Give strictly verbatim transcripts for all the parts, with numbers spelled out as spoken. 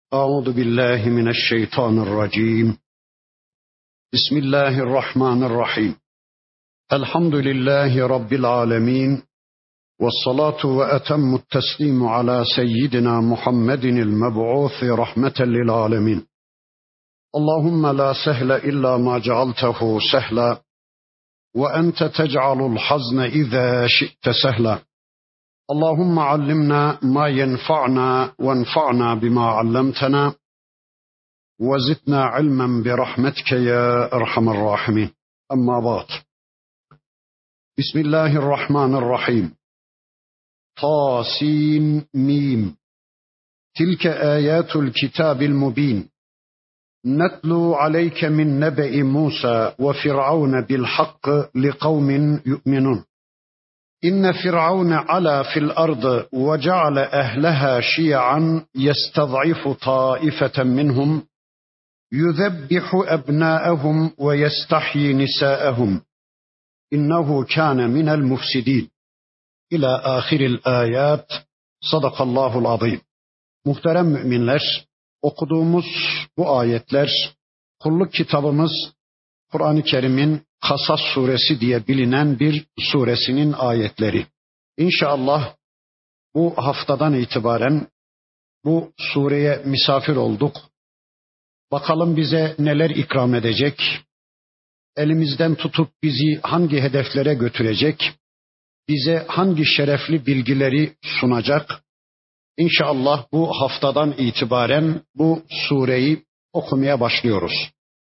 أعوذ بالله من الشيطان الرجيم. بسم الله الرحمن الرحيم. الحمد لله رب العالمين، والصلاة وأتم التسليم على سيدنا محمد المبعوث رحمة للعالمين. اللهم لا سهل إلا ما جعلته سهلا، وأنت تجعل الحزن إذا شئت سهلا. اللهم علمنا ما ينفعنا وانفعنا بما علمتنا، وزدنا علما برحمتك يا أرحم الراحمين. أما بعد، بسم الله الرحمن الرحيم. طاسين ميم. تلك آيات الكتاب المبين، نتلو عليك من نبأ موسى وفرعون بالحق لقوم يؤمنون. إن فرعون علا في الأرض وجعل أهلها شيعا يستضعف طائفة منهم يذبح أبناءهم ويستحيي نساءهم إنه كان من المفسدين. إلى آخر الآيات. Sadakallahul azim. Muhterem müminler, okuduğumuz bu ayetler kulluk kitabımız Kur'an-ı Kerim'in Kasas suresi diye bilinen bir suresinin ayetleri. İnşallah bu haftadan itibaren bu sureye misafir olduk. Bakalım bize neler ikram edecek, elimizden tutup bizi hangi hedeflere götürecek, bize hangi şerefli bilgileri sunacak. İnşallah bu haftadan itibaren bu sureyi okumaya başlıyoruz.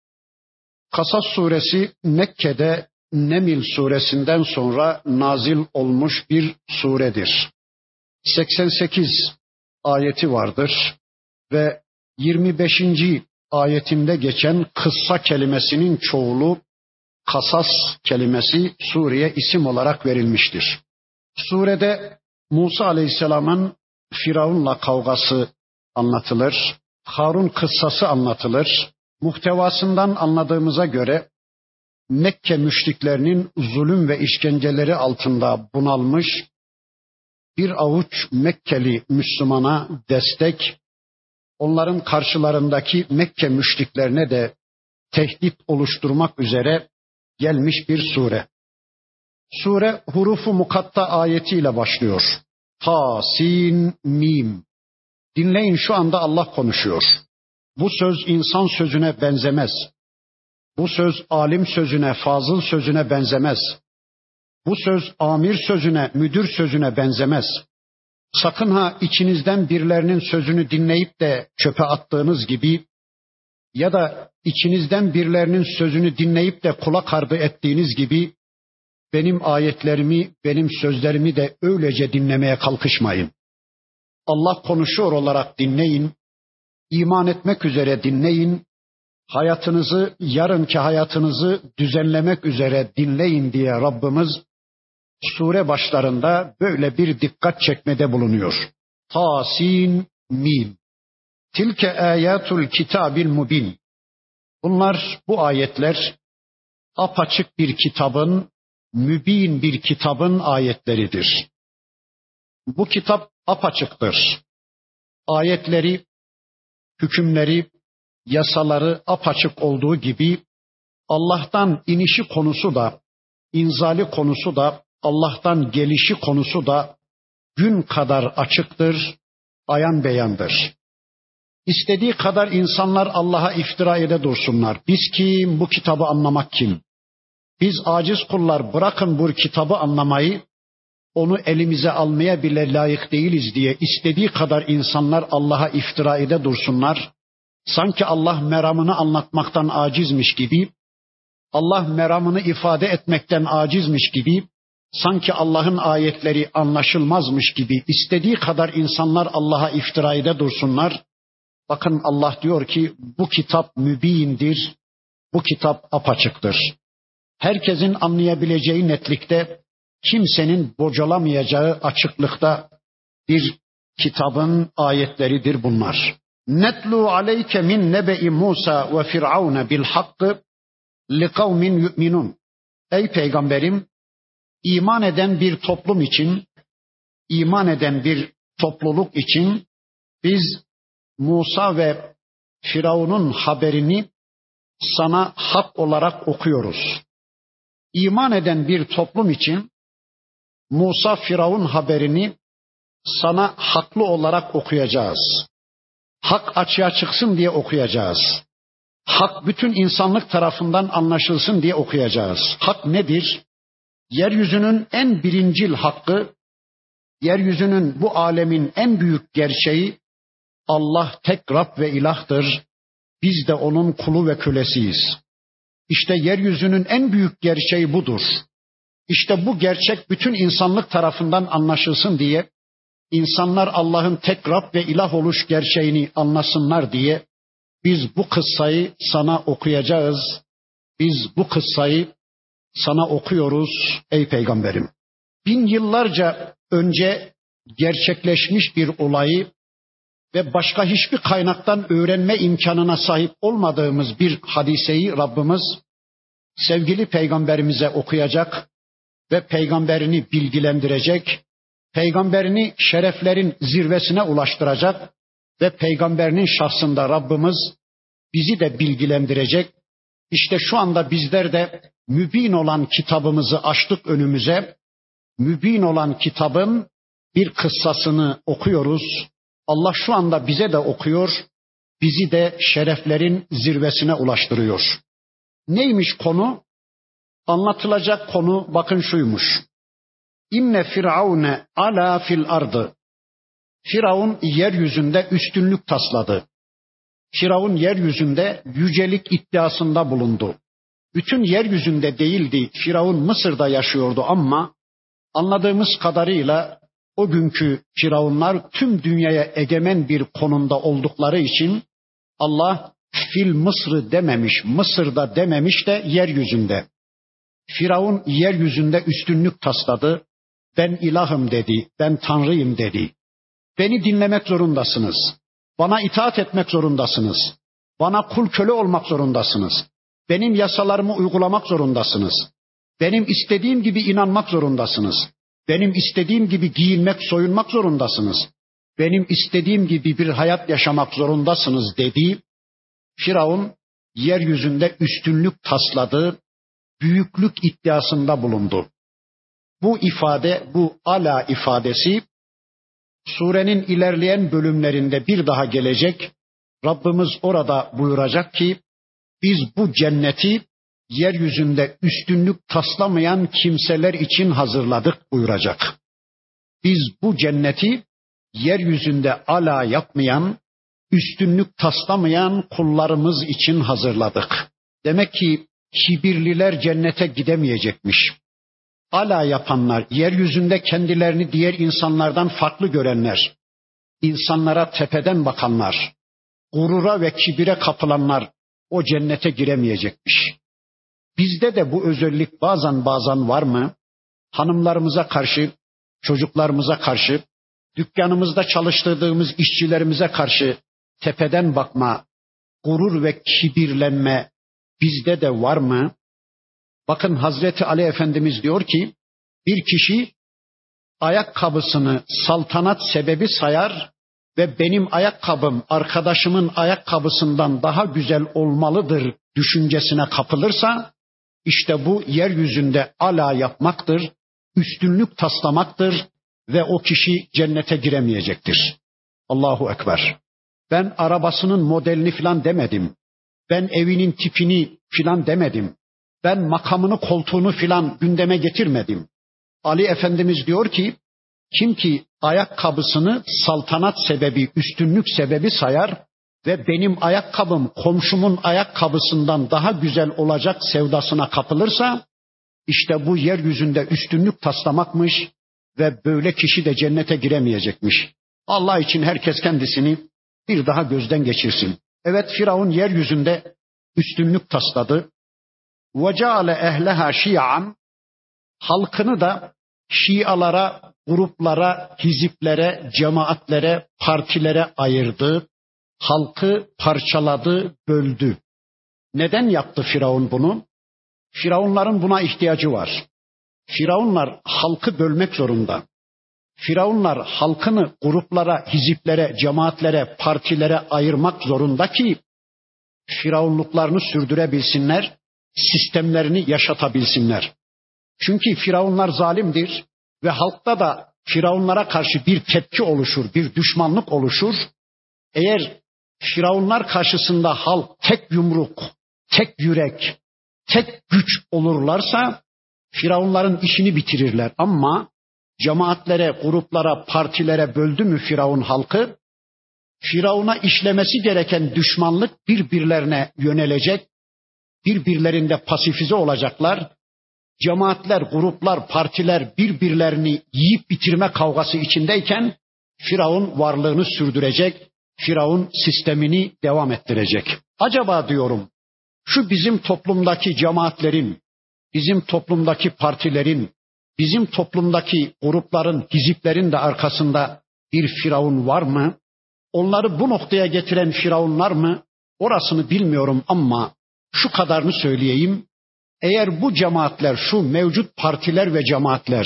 Kasas suresi Mekke'de Neml suresinden sonra nazil olmuş bir suredir. seksen sekiz ayeti vardır ve yirmi beşinci ayetinde geçen kıssa kelimesinin çoğulu kasas kelimesi sureye isim olarak verilmiştir. Surede Musa Aleyhisselam'ın Firavun'la kavgası anlatılır, Harun kıssası anlatılır. Muhtevasından anladığımıza göre Mekke müşriklerinin zulüm ve işkenceleri altında bunalmış bir avuç Mekkeli Müslümana destek, onların karşılarındaki Mekke müşriklerine de tehdit oluşturmak üzere gelmiş bir sure. Sure hurufu mukatta ayetiyle başlıyor. Ta, sin, mim. Dinleyin, şu anda Allah konuşuyor. Bu söz insan sözüne benzemez. Bu söz alim sözüne, fazıl sözüne benzemez. Bu söz amir sözüne, müdür sözüne benzemez. Sakın ha içinizden birilerinin sözünü dinleyip de çöpe attığınız gibi ya da içinizden birilerinin sözünü dinleyip de kulak ardı ettiğiniz gibi benim ayetlerimi, benim sözlerimi de öylece dinlemeye kalkışmayın. Allah konuşuyor olarak dinleyin. İman etmek üzere dinleyin, hayatınızı, yarınki hayatınızı düzenlemek üzere dinleyin diye Rabbimiz sure başlarında böyle bir dikkat çekmede bulunuyor. Tasin mim. Tilke ayatul kitabil mubin. Bunlar, bu ayetler apaçık bir kitabın, mübin bir kitabın ayetleridir. Bu kitap apaçıktır. Ayetleri, hükümleri, yasaları apaçık olduğu gibi Allah'tan inişi konusu da, inzali konusu da, Allah'tan gelişi konusu da gün kadar açıktır, ayan beyandır. İstediği kadar insanlar Allah'a iftira ede dursunlar. Biz kim, bu kitabı anlamak kim? Biz aciz kullar, bırakın bu kitabı anlamayı, onu elimize almaya bile layık değiliz diye istediği kadar insanlar Allah'a iftira ede dursunlar. Sanki Allah meramını anlatmaktan acizmiş gibi, Allah meramını ifade etmekten acizmiş gibi, sanki Allah'ın ayetleri anlaşılmazmış gibi istediği kadar insanlar Allah'a iftira ede dursunlar. Bakın Allah diyor ki bu kitap mübindir, bu kitap apaçıktır. Herkesin anlayabileceği netlikte, kimsenin bocalamayacağı açıklıkta bir kitabın ayetleridir bunlar. Netlu aleyke min nebe'i Musa ve Firavun bil hakkı li kavmin yu'minun. Ey peygamberim, iman eden bir toplum için, iman eden bir topluluk için biz Musa ve Firavun'un haberini sana hak olarak okuyoruz. İman eden bir toplum için Musa Firavun haberini sana haklı olarak okuyacağız. Hak açığa çıksın diye okuyacağız. Hak bütün insanlık tarafından anlaşılsın diye okuyacağız. Hak nedir? Yeryüzünün en birincil hakkı, yeryüzünün bu alemin en büyük gerçeği Allah tek Rab ve ilahtır. Biz de onun kulu ve kölesiyiz. İşte yeryüzünün en büyük gerçeği budur. İşte bu gerçek bütün insanlık tarafından anlaşılsın diye, insanlar Allah'ın tek Rab ve ilah oluş gerçeğini anlasınlar diye biz bu kıssayı sana okuyacağız. Biz bu kıssayı sana okuyoruz ey peygamberim. Bin yıllarca önce gerçekleşmiş bir olayı ve başka hiçbir kaynaktan öğrenme imkanına sahip olmadığımız bir hadiseyi Rabbimiz sevgili peygamberimize okuyacak ve peygamberini bilgilendirecek, peygamberini şereflerin zirvesine ulaştıracak ve peygamberinin şahsında Rabbimiz bizi de bilgilendirecek. İşte şu anda bizler de mübin olan kitabımızı açtık önümüze. Mübin olan kitabın bir kıssasını okuyoruz. Allah şu anda bize de okuyor, bizi de şereflerin zirvesine ulaştırıyor. Neymiş konu? Anlatılacak konu bakın şuymuş. İnne firavune ala fil ardı. Firavun yeryüzünde üstünlük tasladı. Firavun yeryüzünde yücelik iddiasında bulundu. Bütün yeryüzünde değildi. Firavun Mısır'da yaşıyordu ama anladığımız kadarıyla o günkü firavunlar tüm dünyaya egemen bir konumda oldukları için Allah fil Mısır'ı dememiş, Mısır'da dememiş de yeryüzünde. Firavun yeryüzünde üstünlük tasladı. Ben ilahım dedi, ben tanrıyım dedi. Beni dinlemek zorundasınız. Bana itaat etmek zorundasınız. Bana kul köle olmak zorundasınız. Benim yasalarımı uygulamak zorundasınız. Benim istediğim gibi inanmak zorundasınız. Benim istediğim gibi giyinmek, soyunmak zorundasınız. Benim istediğim gibi bir hayat yaşamak zorundasınız dedi. Firavun yeryüzünde üstünlük tasladı, büyüklük iddiasında bulundu. Bu ifade, bu ala ifadesi surenin ilerleyen bölümlerinde bir daha gelecek. Rabbimiz orada buyuracak ki biz bu cenneti yeryüzünde üstünlük taslamayan kimseler için hazırladık buyuracak. Biz bu cenneti yeryüzünde ala yapmayan, üstünlük taslamayan kullarımız için hazırladık. Demek ki kibirliler cennete gidemeyecekmiş. Ala yapanlar, yeryüzünde kendilerini diğer insanlardan farklı görenler, insanlara tepeden bakanlar, gurura ve kibire kapılanlar o cennete giremeyecekmiş. Bizde de bu özellik bazen bazen var mı? Hanımlarımıza karşı, çocuklarımıza karşı, dükkanımızda çalıştırdığımız işçilerimize karşı tepeden bakma, gurur ve kibirlenme bizde de var mı? Bakın Hazreti Ali Efendimiz diyor ki bir kişi ayakkabısını saltanat sebebi sayar ve benim ayakkabım arkadaşımın ayakkabısından daha güzel olmalıdır düşüncesine kapılırsa işte bu yeryüzünde ala yapmaktır, üstünlük taslamaktır ve o kişi cennete giremeyecektir. Allahu Ekber. Ben arabasının modelini filan demedim. Ben evinin tipini filan demedim. Ben makamını, koltuğunu filan gündeme getirmedim. Ali Efendimiz diyor ki, kim ki ayakkabısını saltanat sebebi, üstünlük sebebi sayar ve benim ayakkabım komşumun ayakkabısından daha güzel olacak sevdasına kapılırsa, işte bu yeryüzünde üstünlük taslamakmış ve böyle kişi de cennete giremeyecekmiş. Allah için herkes kendisini bir daha gözden geçirsin. Evet, Firavun yeryüzünde üstünlük tasladı. وَجَعَلَ اَهْلَهَا شِيَعًا halkını da şialara, gruplara, hiziplere, cemaatlere, partilere ayırdı. Halkı parçaladı, böldü. Neden yaptı Firavun bunu? Firavunların buna ihtiyacı var. Firavunlar halkı bölmek zorunda. Firavunlar halkını gruplara, hiziplere, cemaatlere, partilere ayırmak zorunda ki firavunluklarını sürdürebilsinler, sistemlerini yaşatabilsinler. Çünkü firavunlar zalimdir ve halkta da firavunlara karşı bir tepki oluşur, bir düşmanlık oluşur. Eğer firavunlar karşısında halk tek yumruk, tek yürek, tek güç olurlarsa firavunların işini bitirirler. Ama cemaatlere, gruplara, partilere böldü mü firavun halkı, firavuna işlemesi gereken düşmanlık birbirlerine yönelecek, birbirlerinde pasifize olacaklar. Cemaatler, gruplar, partiler birbirlerini yiyip bitirme kavgası içindeyken Firavun varlığını sürdürecek, Firavun sistemini devam ettirecek. Acaba diyorum, şu bizim toplumdaki cemaatlerin, bizim toplumdaki partilerin, bizim toplumdaki grupların, hiziplerin de arkasında bir Firavun var mı? Onları bu noktaya getiren Firavunlar mı? Orasını bilmiyorum ama şu kadarını söyleyeyim. Eğer bu cemaatler, şu mevcut partiler ve cemaatler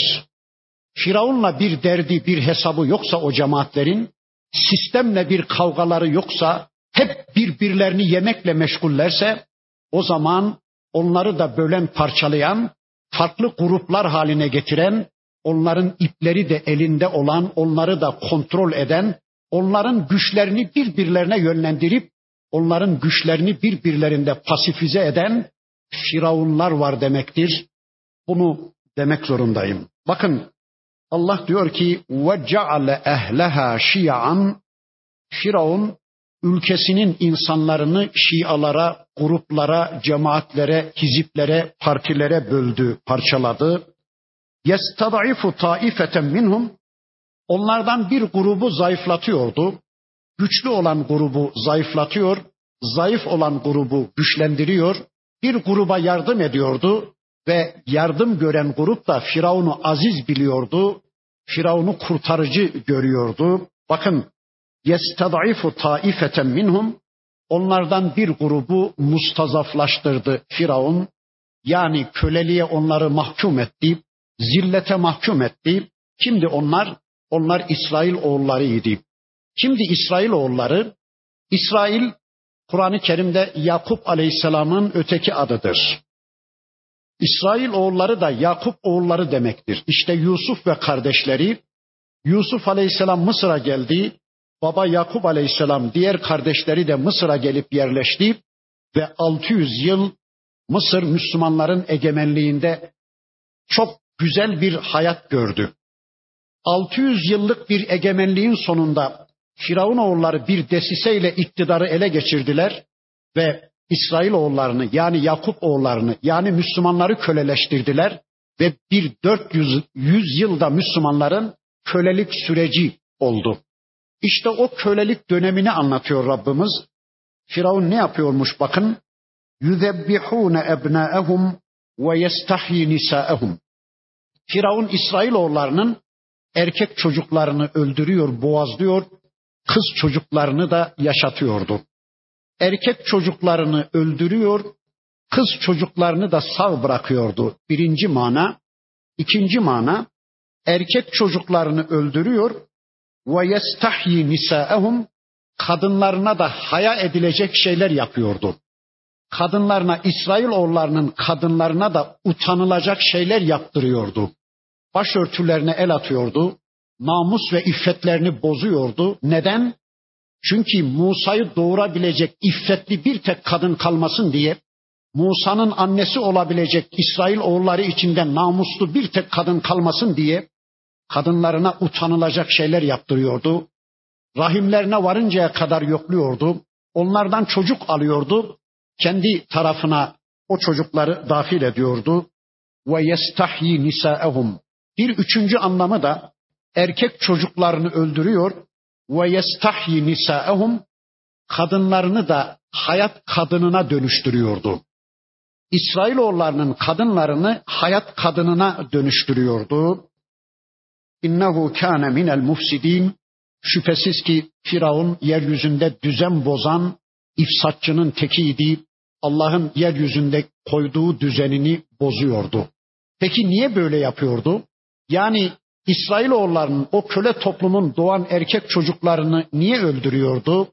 Firavun'la bir derdi, bir hesabı yoksa o cemaatlerin, sistemle bir kavgaları yoksa, hep birbirlerini yemekle meşgullerse, o zaman onları da bölen, parçalayan, farklı gruplar haline getiren, onların ipleri de elinde olan, onları da kontrol eden, onların güçlerini birbirlerine yönlendirip, onların güçlerini birbirlerinde pasifize eden Firavunlar var demektir. Bunu demek zorundayım. Bakın Allah diyor ki وَجَعَلَ اَهْلَهَا شِيَعًا Firavun ülkesinin insanlarını şialara, gruplara, cemaatlere, hiziplere, partilere böldü, parçaladı. يَسْتَضْعِفُ طَائِفَةً مِنْهُمْ Onlardan bir grubu zayıflatıyordu. Güçlü olan grubu zayıflatıyor, zayıf olan grubu güçlendiriyor. Bir gruba yardım ediyordu ve yardım gören grup da Firavun'u aziz biliyordu. Firavun'u kurtarıcı görüyordu. Bakın, yestad'ifu taifeten minhum onlardan bir grubu mustazaflaştırdı Firavun. Yani köleliğe onları mahkum etti, zillete mahkum etti. Kimdi onlar? Onlar İsrail oğullarıydı. Kimdi İsrail oğulları? İsrail Kur'an-ı Kerim'de Yakup Aleyhisselam'ın öteki adıdır. İsrail oğulları da Yakup oğulları demektir. İşte Yusuf ve kardeşleri, Yusuf Aleyhisselam Mısır'a geldi. Baba Yakup Aleyhisselam diğer kardeşleri de Mısır'a gelip yerleşti ve altı yüz yıl Mısır Müslümanların egemenliğinde çok güzel bir hayat gördü. altı yüz yıllık bir egemenliğin sonunda Firavunoğulları bir desiseyle iktidarı ele geçirdiler ve İsrailoğullarını yani Yakup oğullarını yani Müslümanları köleleştirdiler ve bir dört yüz yılda Müslümanların kölelik süreci oldu. İşte o kölelik dönemini anlatıyor Rabbimiz. Firavun ne yapıyormuş bakın. يُذَبِّحُونَ اَبْنَاءَهُمْ وَيَسْتَحْيِ نِسَاءَهُمْ Firavun İsrailoğullarının erkek çocuklarını öldürüyor, boğazlıyor, kız çocuklarını da yaşatıyordu. Erkek çocuklarını öldürüyor, kız çocuklarını da sağ bırakıyordu. Birinci mana. İkinci mana, erkek çocuklarını öldürüyor ve yestahyi nisaehum kadınlarına da haya edilecek şeyler yapıyordu. Kadınlarına, İsrailoğullarının kadınlarına da utanılacak şeyler yaptırıyordu. Başörtülerine el atıyordu. Namus ve iffetlerini bozuyordu. Neden? Çünkü Musa'yı doğurabilecek iffetli bir tek kadın kalmasın diye, Musa'nın annesi olabilecek İsrail oğulları içinde namuslu bir tek kadın kalmasın diye kadınlarına utanılacak şeyler yaptırıyordu. Rahimlerine varıncaya kadar yokluyordu. Onlardan çocuk alıyordu. Kendi tarafına o çocukları dahil ediyordu. Ve yestahyi nisaehum. Bir üçüncü anlamı da erkek çocuklarını öldürüyor ve yestahyi nisaehum kadınlarını da hayat kadınına dönüştürüyordu. İsrailoğullarının kadınlarını hayat kadınına dönüştürüyordu. İnnehu kâne minel mufsidin şüphesiz ki Firavun yeryüzünde düzen bozan ifsatçının tekiydi. Allah'ın yeryüzünde koyduğu düzenini bozuyordu. Peki niye böyle yapıyordu? Yani İsrailoğullarının o köle toplumun doğan erkek çocuklarını niye öldürüyordu?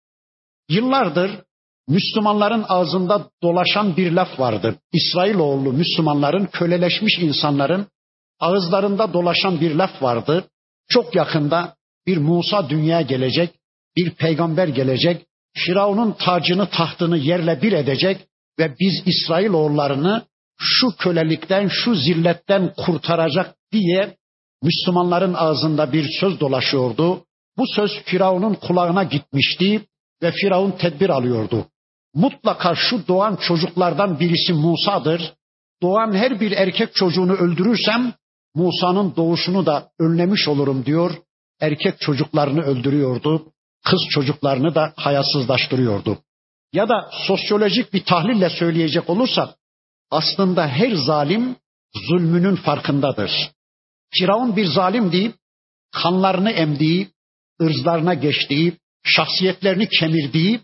Yıllardır Müslümanların ağzında dolaşan bir laf vardı. İsrailoğlu Müslümanların, köleleşmiş insanların ağızlarında dolaşan bir laf vardı. Çok yakında bir Musa dünyaya gelecek, bir peygamber gelecek, Firavun'un tacını tahtını yerle bir edecek ve biz İsrailoğullarını şu kölelikten, şu zilletten kurtaracak diye Müslümanların ağzında bir söz dolaşıyordu. Bu söz Firavun'un kulağına gitmişti ve Firavun tedbir alıyordu. Mutlaka şu doğan çocuklardan birisi Musa'dır. Doğan her bir erkek çocuğunu öldürürsem Musa'nın doğuşunu da önlemiş olurum diyor. Erkek çocuklarını öldürüyordu. Kız çocuklarını da hayasızlaştırıyordu. Ya da sosyolojik bir tahlille söyleyecek olursak aslında her zalim zulmünün farkındadır. Firavun bir zalim deyip kanlarını emdiği, ırzlarına geçtiği, şahsiyetlerini kemirdiği,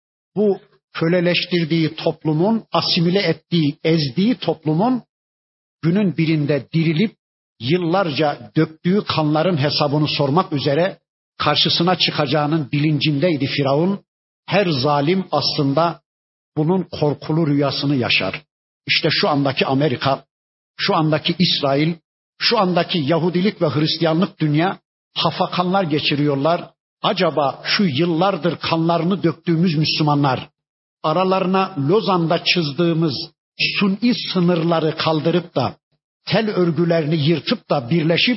bu köleleştirdiği toplumun, asimile ettiği, ezdiği toplumun günün birinde dirilip yıllarca döktüğü kanların hesabını sormak üzere karşısına çıkacağının bilincindeydi Firavun. Her zalim aslında bunun korkulu rüyasını yaşar. İşte şu andaki Amerika, şu andaki İsrail, şu andaki Yahudilik ve Hristiyanlık dünya hafakanlar geçiriyorlar. Acaba şu yıllardır kanlarını döktüğümüz Müslümanlar aralarına Lozan'da çizdığımız suni sınırları kaldırıp da tel örgülerini yırtıp da birleşip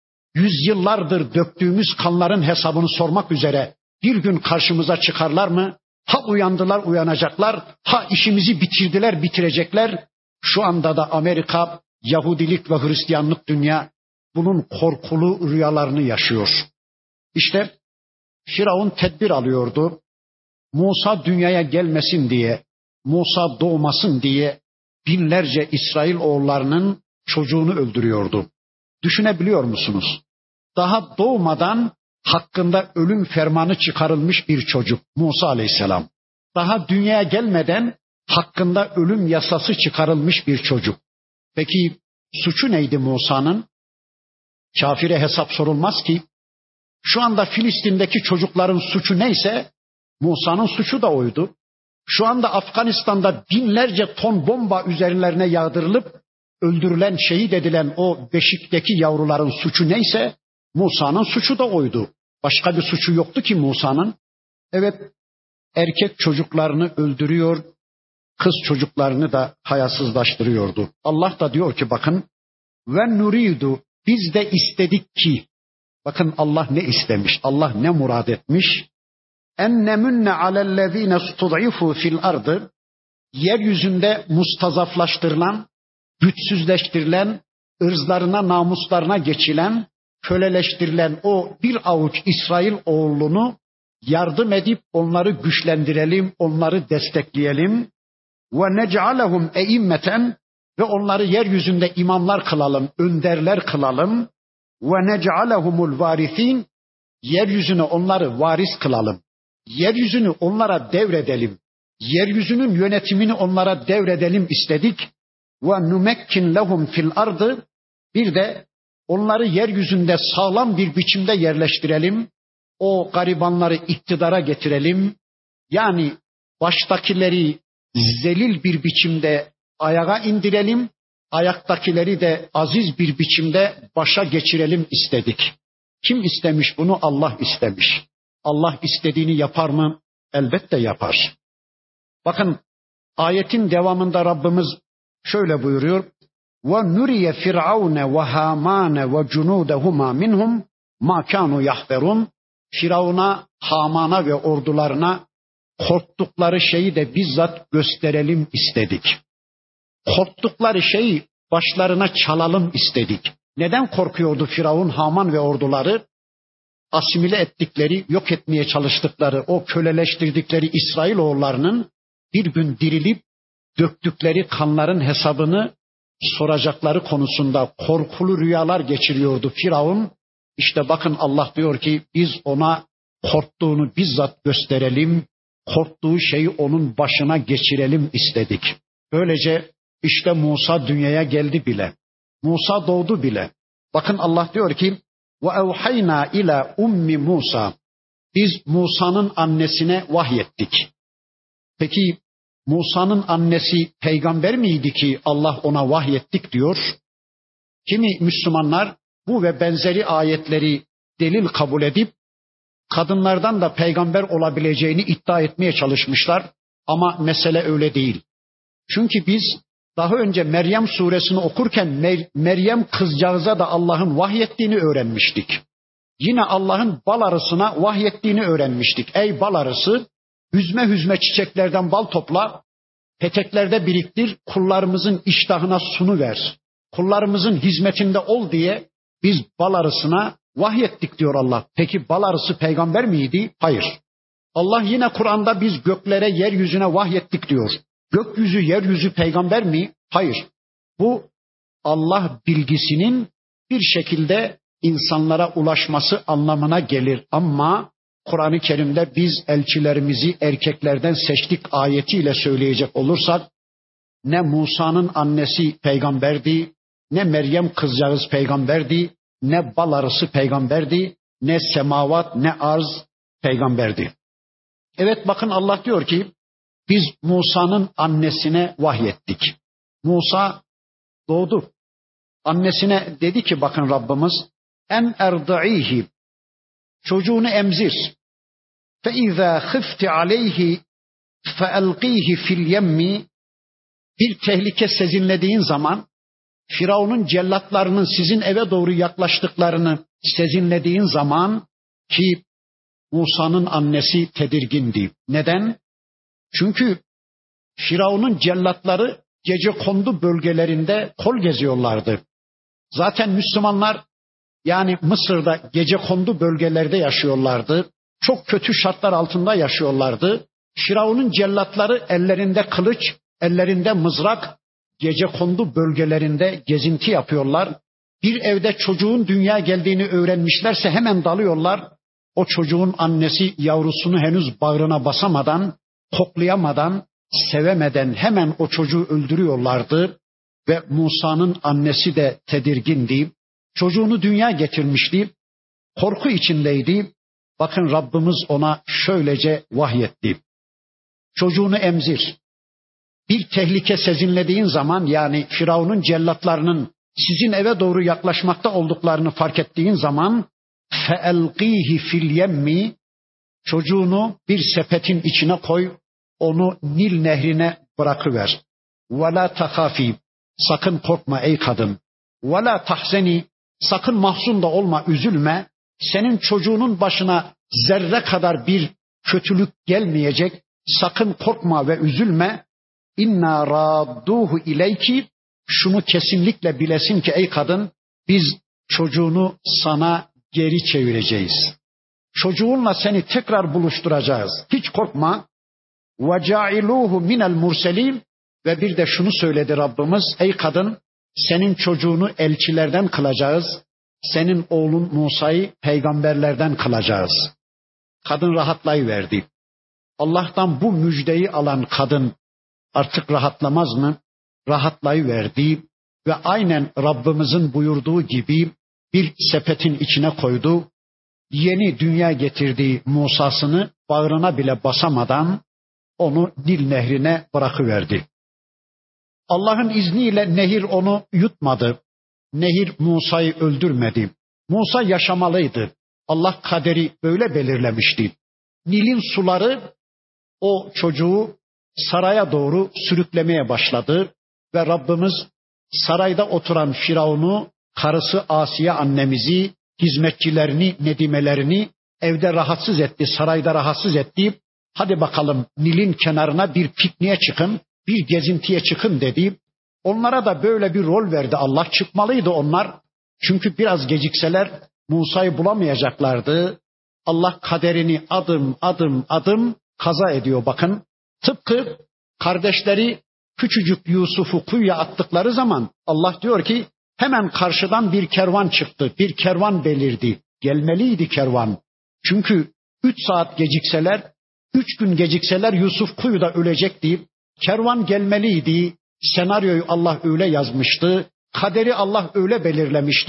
yüzyıllardır döktüğümüz kanların hesabını sormak üzere bir gün karşımıza çıkarlar mı? Ha uyandılar uyanacaklar, ha işimizi bitirdiler bitirecekler. Şu anda da Amerika, Yahudilik ve Hristiyanlık dünya bunun korkulu rüyalarını yaşıyor. İşte Firavun tedbir alıyordu. Musa dünyaya gelmesin diye, Musa doğmasın diye binlerce İsrailoğullarının çocuğunu öldürüyordu. Düşünebiliyor musunuz? Daha doğmadan hakkında ölüm fermanı çıkarılmış bir çocuk Musa Aleyhisselam. Daha dünyaya gelmeden hakkında ölüm yasası çıkarılmış bir çocuk. Peki suçu neydi Musa'nın? Kafire hesap sorulmaz ki. Şu anda Filistin'deki çocukların suçu neyse Musa'nın suçu da oydu. Şu anda Afganistan'da binlerce ton bomba üzerlerine yağdırılıp öldürülen, şehit edilen o beşikteki yavruların suçu neyse Musa'nın suçu da oydu. Başka bir suçu yoktu ki Musa'nın. Evet, erkek çocuklarını öldürüyor, kız çocuklarını da hayasızlaştırıyordu. Allah da diyor ki bakın, ve nuridu, biz de istedik ki, bakın Allah ne istemiş, Allah ne murad etmiş, en nemunne alellezine stud'ifu fil ardı, yeryüzünde mustazaflaştırılan, güçsüzleştirilen, ırzlarına, namuslarına geçilen, köleleştirilen o bir avuç İsrail oğlunu yardım edip onları güçlendirelim, onları destekleyelim. Ve nec'alehum eimmeten, ve onları yeryüzünde imamlar kılalım, önderler kılalım. Ve nec'alehumul varisin, yeryüzüne onları varis kılalım. Yeryüzünü onlara devredelim. Yeryüzünün yönetimini onlara devredelim istedik. Ve numekkin lehum fil ardı, bir de onları yeryüzünde sağlam bir biçimde yerleştirelim. O garibanları iktidara getirelim. Yani baştakileri zelil bir biçimde ayağa indirelim. Ayaktakileri de aziz bir biçimde başa geçirelim istedik. Kim istemiş bunu? Allah istemiş. Allah istediğini yapar mı? Elbette yapar. Bakın ayetin devamında Rabbimiz şöyle buyuruyor. وَنُرِيَ فِرْعَوْنَ وَهَامَانَ وَجُنُودَهُمَا مِنْهُمْ مَا كَانُوا يَحْفَرُونَ. Firavun'a, Haman'a ve ordularına korktukları şeyi de bizzat gösterelim istedik. Korktukları şeyi başlarına çalalım istedik. Neden korkuyordu Firavun, Haman ve orduları? Asimile ettikleri, yok etmeye çalıştıkları, o köleleştirdikleri İsrailoğullarının bir gün dirilip döktükleri kanların hesabını soracakları konusunda korkulu rüyalar geçiriyordu Firavun. İşte bakın Allah diyor ki biz ona korktuğunu bizzat gösterelim, korktuğu şeyi onun başına geçirelim istedik. Böylece işte Musa dünyaya geldi bile. Musa doğdu bile. Bakın Allah diyor ki ve evhayna ila ummi Musa. Biz Musa'nın annesine vahyettik. Peki Musa'nın annesi peygamber miydi ki Allah ona vahyettik diyor? Kimi Müslümanlar bu ve benzeri ayetleri delil kabul edip kadınlardan da peygamber olabileceğini iddia etmeye çalışmışlar. Ama mesele öyle değil. Çünkü biz daha önce Meryem suresini okurken Mer- Meryem kızcağıza da Allah'ın vahyettiğini öğrenmiştik. Yine Allah'ın bal arısına vahyettiğini öğrenmiştik. Ey bal arısı, hüzme hüzme çiçeklerden bal topla, peteklerde biriktir, kullarımızın iştahına sunu ver. Kullarımızın hizmetinde ol diye biz bal arısına vahyettik diyor Allah. Peki bal arısı peygamber miydi? Hayır. Allah yine Kur'an'da biz göklere, yeryüzüne vahyettik diyor. Gökyüzü, yeryüzü peygamber mi? Hayır. Bu Allah bilgisinin bir şekilde insanlara ulaşması anlamına gelir. Ama Kur'an-ı Kerim'de biz elçilerimizi erkeklerden seçtik ayetiyle söyleyecek olursak ne Musa'nın annesi peygamberdi, ne Meryem kızcağız peygamberdi, ne bal arısı peygamberdi, ne semavat, ne arz peygamberdi. Evet bakın Allah diyor ki biz Musa'nın annesine vahyettik. Musa doğdu. Annesine dedi ki bakın Rabbimiz en erda'ihi, çocuğunu emzir. Fe izâ khifti aleyhi fe elqîhi fil yemmi, bir tehlike sezinlediğin zaman, Firavun'un cellatlarının sizin eve doğru yaklaştıklarını sezinlediğin zaman ki Musa'nın annesi tedirgindi. Neden? Çünkü Firavun'un cellatları gecekondu bölgelerinde kol geziyorlardı. Zaten Müslümanlar yani Mısır'da gecekondu bölgelerde yaşıyorlardı. Çok kötü şartlar altında yaşıyorlardı. Firavun'un cellatları ellerinde kılıç, ellerinde mızrak, gecekondu bölgelerinde gezinti yapıyorlar. Bir evde çocuğun dünya geldiğini öğrenmişlerse hemen dalıyorlar. O çocuğun annesi yavrusunu henüz bağrına basamadan, koklayamadan, sevemeden hemen o çocuğu öldürüyorlardı. Ve Musa'nın annesi de tedirgindi. Çocuğunu dünya getirmişti. Korku içindeydi. Bakın Rabbimiz ona şöylece vahyetti. Çocuğunu emzir. Bir tehlike sezinlediğin zaman yani Firavun'un cellatlarının sizin eve doğru yaklaşmakta olduklarını fark ettiğin zaman feelqihi fil yemmi, çocuğunu bir sepetin içine koy, onu Nil nehrine bırakıver. Ve la tahafi, sakın korkma ey kadın. Ve la tahzeni, sakın mahzun da olma, üzülme. Senin çocuğunun başına zerre kadar bir kötülük gelmeyecek. Sakın korkma ve üzülme. İnna radduhu ileyki, şunu kesinlikle bilesin ki ey kadın, biz çocuğunu sana geri çevireceğiz. Çocuğunla seni tekrar buluşturacağız. Hiç korkma. Ve ca'iluhu minel murselin, ve bir de şunu söyledi Rabbimiz, ey kadın, senin çocuğunu elçilerden kılacağız. Senin oğlun Musa'yı peygamberlerden kılacağız. Kadın rahatlayıverdi. Allah'tan bu müjdeyi alan kadın artık rahatlamaz mı? Rahatlayıverdi ve aynen Rabbimizin buyurduğu gibi bir sepetin içine koydu. Yeni dünya getirdiği Musa'sını bağrına bile basamadan onu Nil nehrine bırakıverdi. Allah'ın izniyle nehir onu yutmadı. Nehir Musa'yı öldürmedi. Musa yaşamalıydı. Allah kaderi böyle belirlemişti. Nil'in suları o çocuğu saraya doğru sürüklemeye başladı ve Rabbimiz sarayda oturan Firavun'u, karısı Asiye annemizi, hizmetçilerini, nedimelerini evde rahatsız etti, sarayda rahatsız etti. Hadi bakalım Nil'in kenarına bir pikniğe çıkın, bir gezintiye çıkın dedi. Onlara da böyle bir rol verdi Allah. Çıkmalıydı onlar. Çünkü biraz gecikseler Musa'yı bulamayacaklardı. Allah kaderini adım adım adım kaza ediyor bakın. Tıpkı kardeşleri küçücük Yusuf'u kuyuya attıkları zaman Allah diyor ki hemen karşıdan bir kervan çıktı. Bir kervan belirdi. Gelmeliydi kervan. Çünkü üç saat gecikseler, üç gün gecikseler Yusuf kuyuda ölecekti. Kervan gelmeliydi. Senaryoyu Allah öyle yazmıştı. Kaderi Allah öyle belirlemişti.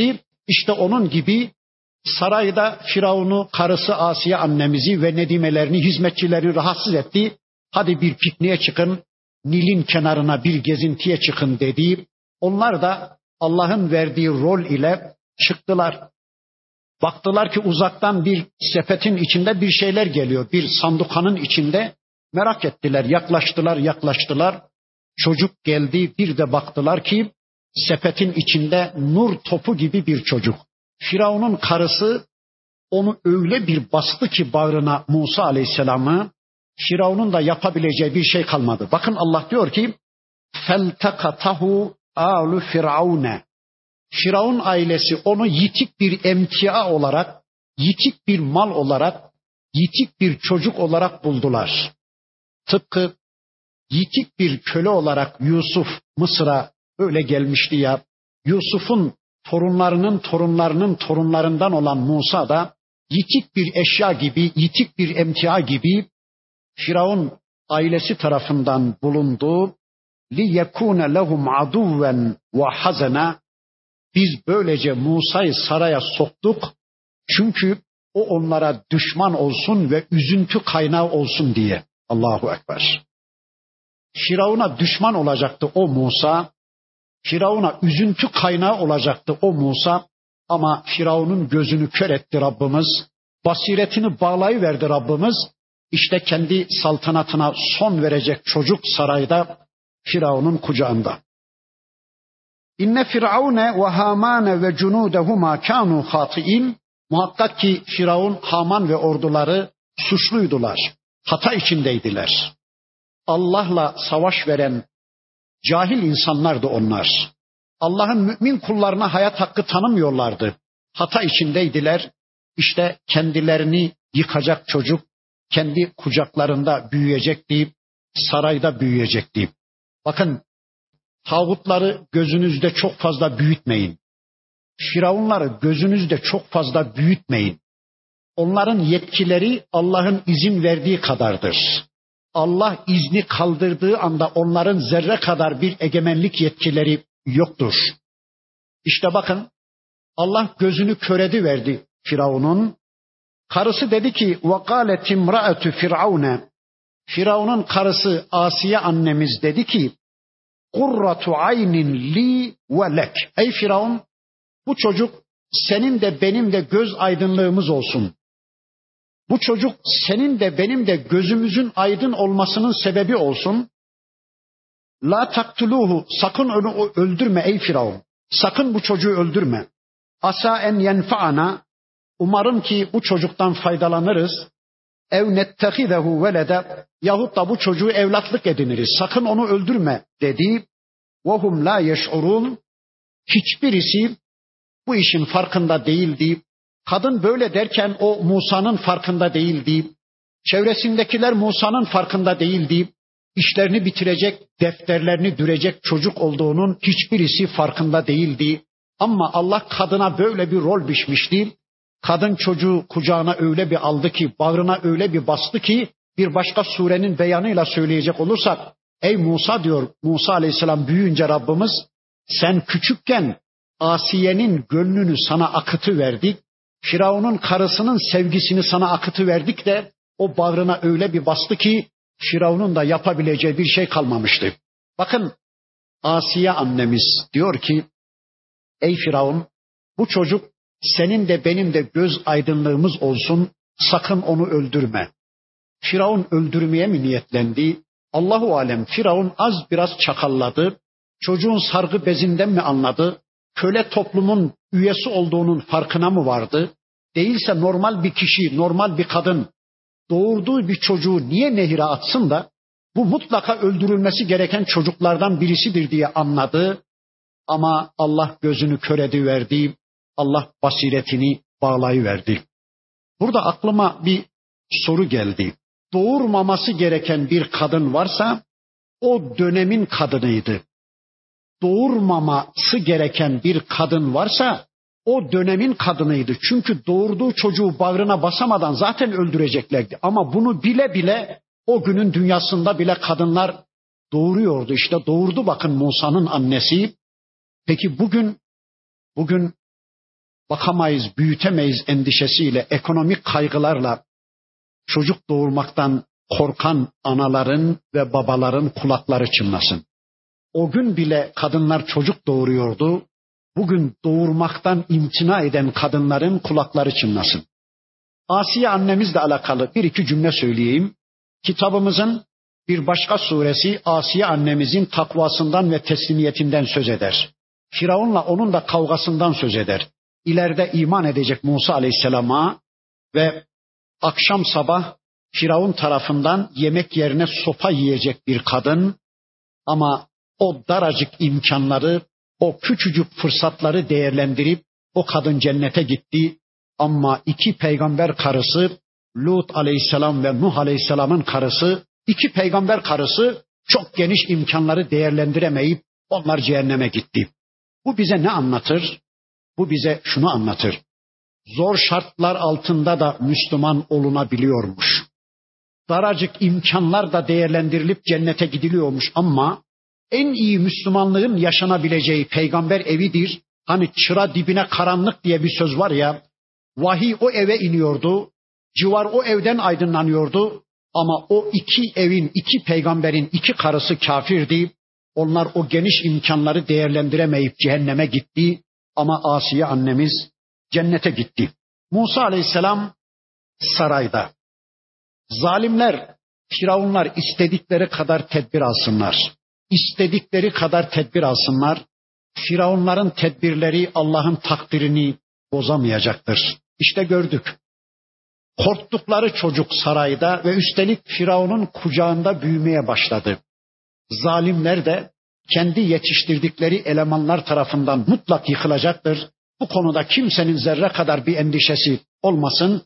İşte onun gibi sarayda Firavun'u, karısı Asiye annemizi ve nedimelerini, hizmetçileri rahatsız etti. Hadi bir pikniğe çıkın, Nil'in kenarına bir gezintiye çıkın dedi. Onlar da Allah'ın verdiği rol ile çıktılar. Baktılar ki uzaktan bir sepetin içinde bir şeyler geliyor. Bir sandukanın içinde. Merak ettiler, yaklaştılar, yaklaştılar. Çocuk geldi, bir de baktılar ki sepetin içinde nur topu gibi bir çocuk. Firavun'un karısı onu öyle bir bastı ki bağrına Musa Aleyhisselam'ı, Firavun'un da yapabileceği bir şey kalmadı. Bakın Allah diyor ki feltakatahu alu firavune. Firavun ailesi onu yitik bir emtia olarak, yitik bir mal olarak, yitik bir çocuk olarak buldular. Tıpkı yitik bir köle olarak Yusuf Mısır'a öyle gelmişti ya. Yusuf'un torunlarının torunlarının torunlarından olan Musa da yitik bir eşya gibi, yitik bir emtia gibi Firavun ailesi tarafından bulundu. لِيَكُونَ لَهُمْ عَدُوًّا وَحَزَنًا. Biz böylece Musa'yı saraya soktuk. Çünkü o onlara düşman olsun ve üzüntü kaynağı olsun diye. Allahu Ekber. Firavun'a düşman olacaktı o Musa. Firavun'a üzüntü kaynağı olacaktı o Musa. Ama Firavun'un gözünü kör etti Rabbimiz. Basiretini bağlayıverdi Rabbimiz. İşte kendi saltanatına son verecek çocuk sarayda Firavun'un kucağında. İnne Firavune ve Hamane ve cunudehuma kanu hatiin. Muhakkak ki Firavun, Haman ve orduları suçluydular. Hata içindeydiler. Allah'la savaş veren cahil insanlardı onlar. Allah'ın mümin kullarına hayat hakkı tanımıyorlardı. Hata içindeydiler. İşte kendilerini yıkacak çocuk kendi kucaklarında büyüyecekti, sarayda büyüyecekti. Bakın, tağutları gözünüzde çok fazla büyütmeyin. Firavunları gözünüzde çok fazla büyütmeyin. Onların yetkileri Allah'ın izin verdiği kadardır. Allah izni kaldırdığı anda onların zerre kadar bir egemenlik yetkileri yoktur. İşte bakın, Allah gözünü kör ediverdi Firavun'un. Karısı dedi ki وَقَالَتِ اِمْرَأَةُ فِرْعَوْنَ. Firavun'un karısı Asiye annemiz dedi ki قُرَّةُ عَيْنٍ li وَلَكْ. Ey Firavun, bu çocuk senin de benim de göz aydınlığımız olsun. Bu çocuk senin de benim de gözümüzün aydın olmasının sebebi olsun. La taktuluhu, sakın onu öldürme ey Firavun. Sakın bu çocuğu öldürme. Asa en yenfa'ana, umarım ki bu çocuktan faydalanırız. Ev nettehizehu velede, yahut da bu çocuğu evlatlık ediniriz. Sakın onu öldürme dedi. Vehum la yeş'urun. Hiçbirisi bu işin farkında değildi. Kadın böyle derken o Musa'nın farkında değildi. Çevresindekiler Musa'nın farkında değildi. İşlerini bitirecek, defterlerini dürecek çocuk olduğunun hiçbirisi farkında değildi. Ama Allah kadına böyle bir rol biçmişti. Kadın çocuğu kucağına öyle bir aldı ki, bağrına öyle bir bastı ki, bir başka surenin beyanıyla söyleyecek olursak, ey Musa diyor, Musa Aleyhisselam büyüyünce Rabbimiz, sen küçükken Asiye'nin gönlünü sana akıtı verdik. Firavun'un karısının sevgisini sana akıtı verdik de o bağrına öyle bir bastı ki Firavun'un da yapabileceği bir şey kalmamıştı. Bakın, Asiye annemiz diyor ki ey Firavun, bu çocuk senin de benim de göz aydınlığımız olsun, sakın onu öldürme. Firavun öldürmeye mi niyetlendi? Allahu alem, Firavun az biraz çakalladı. Çocuğun sargı bezinden mi anladı? Köle toplumun üyesi olduğunun farkına mı vardı? Değilse normal bir kişi, normal bir kadın doğurduğu bir çocuğu niye nehire atsın da bu mutlaka öldürülmesi gereken çocuklardan birisidir diye anladı. Ama Allah gözünü kör ediverdi. Allah basiretini bağlayıverdi. Burada aklıma bir soru geldi. Doğurmaması gereken bir kadın varsa o dönemin kadınıydı. Doğurmaması gereken bir kadın varsa o dönemin kadınıydı. Çünkü doğurduğu çocuğu bağrına basamadan zaten öldüreceklerdi. Ama bunu bile bile o günün dünyasında bile kadınlar doğuruyordu. İşte doğurdu bakın Musa'nın annesi. Peki bugün bugün bakamayız, büyütemeyiz endişesiyle, ekonomik kaygılarla çocuk doğurmaktan korkan anaların ve babaların kulakları çınlasın. O gün bile kadınlar çocuk doğuruyordu. Bugün doğurmaktan imtina eden kadınların kulakları çınlasın. Asiye annemizle alakalı bir iki cümle söyleyeyim. Kitabımızın bir başka suresi Asiye annemizin takvasından ve teslimiyetinden söz eder. Firavun'la onun da kavgasından söz eder. İleride iman edecek Musa Aleyhisselam'a ve akşam sabah Firavun tarafından yemek yerine sopa yiyecek bir kadın ama o daracık imkanları, o küçücük fırsatları değerlendirip o kadın cennete gitti. Ama iki peygamber karısı, Lut Aleyhisselam ve Nuh Aleyhisselam'ın karısı, iki peygamber karısı çok geniş imkanları değerlendiremeyip onlar cehenneme gitti. Bu bize ne anlatır? Bu bize şunu anlatır. Zor şartlar altında da Müslüman olunabiliyormuş. Daracık imkanlar da değerlendirilip cennete gidiliyormuş ama en iyi Müslümanlığın yaşanabileceği peygamber evidir. Hani çıra dibine karanlık diye bir söz var ya, vahiy o eve iniyordu, civar o evden aydınlanıyordu ama o iki evin, iki peygamberin iki karısı kafirdi. Onlar o geniş imkanları değerlendiremeyip cehenneme gitti ama Asiye annemiz cennete gitti. Musa Aleyhisselam sarayda. Zalimler, firavunlar istedikleri kadar tedbir alsınlar. İstedikleri kadar tedbir alsınlar. Firavunların tedbirleri Allah'ın takdirini bozamayacaktır. İşte gördük. Korktukları çocuk sarayda ve üstelik Firavun'un kucağında büyümeye başladı. Zalimler de kendi yetiştirdikleri elemanlar tarafından mutlak yıkılacaktır. Bu konuda kimsenin zerre kadar bir endişesi olmasın.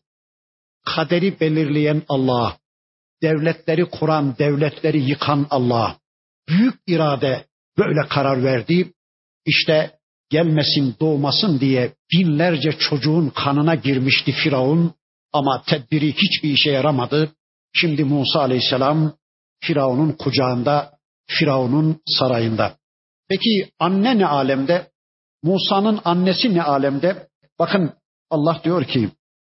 Kaderi belirleyen Allah, devletleri kuran, devletleri yıkan Allah, büyük irade böyle karar verdi. İşte gelmesin, doğmasın diye binlerce çocuğun kanına girmişti Firavun ama tedbiri hiçbir işe yaramadı. Şimdi Musa Aleyhisselam Firavun'un kucağında, Firavun'un sarayında. Peki anne ne alemde? Musa'nın annesi ne alemde? Bakın Allah diyor ki: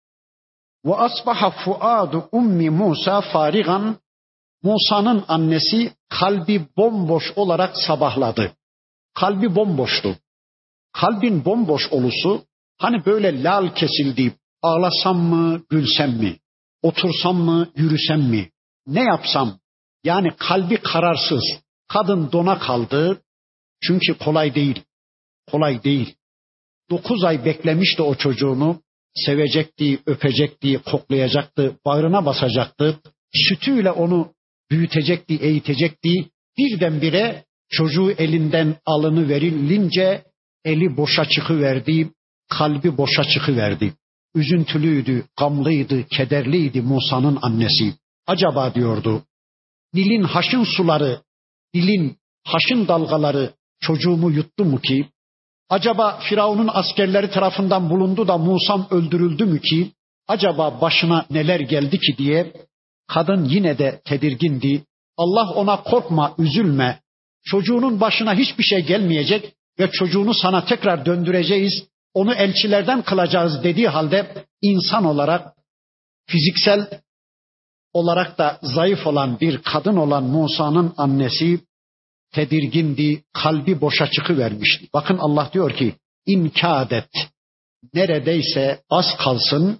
"Ve asbaha fuadu ummi Musa farigan." Musa'nın annesi kalbi bomboş olarak sabahladı. Kalbi bomboştu. Kalbin bomboş olusu hani böyle lal kesildi. Ağlasam mı, gülsem mi? Otursam mı, yürüsem mi? Ne yapsam? Yani kalbi kararsız. Kadın dona kaldı. Çünkü kolay değil. Kolay değil. Dokuz ay beklemişti o çocuğunu. Sevecekti, öpecekti, koklayacaktı, bağrına basacaktı. Sütüyle onu büyütecekti, eğitecekti. Birdenbire çocuğu elinden alını verilince eli boşa çıkıverdi, kalbi boşa çıkıverdi. Üzüntülüydü, gamlıydı, kederliydi Musa'nın annesi. Acaba diyordu, Nil'in haşin suları, Nil'in haşin dalgaları çocuğumu yuttu mu ki? Acaba Firavun'un askerleri tarafından bulundu da Musa'm öldürüldü mü ki? Acaba başına neler geldi ki diye kadın yine de tedirgindi. Allah ona korkma, üzülme. Çocuğunun başına hiçbir şey gelmeyecek ve çocuğunu sana tekrar döndüreceğiz. Onu elçilerden kılacağız dediği halde insan olarak, fiziksel olarak da zayıf olan bir kadın olan Musa'nın annesi tedirgindi, kalbi boşa çıkıvermişti. Bakın Allah diyor ki: "İnkâdet." Neredeyse az kalsın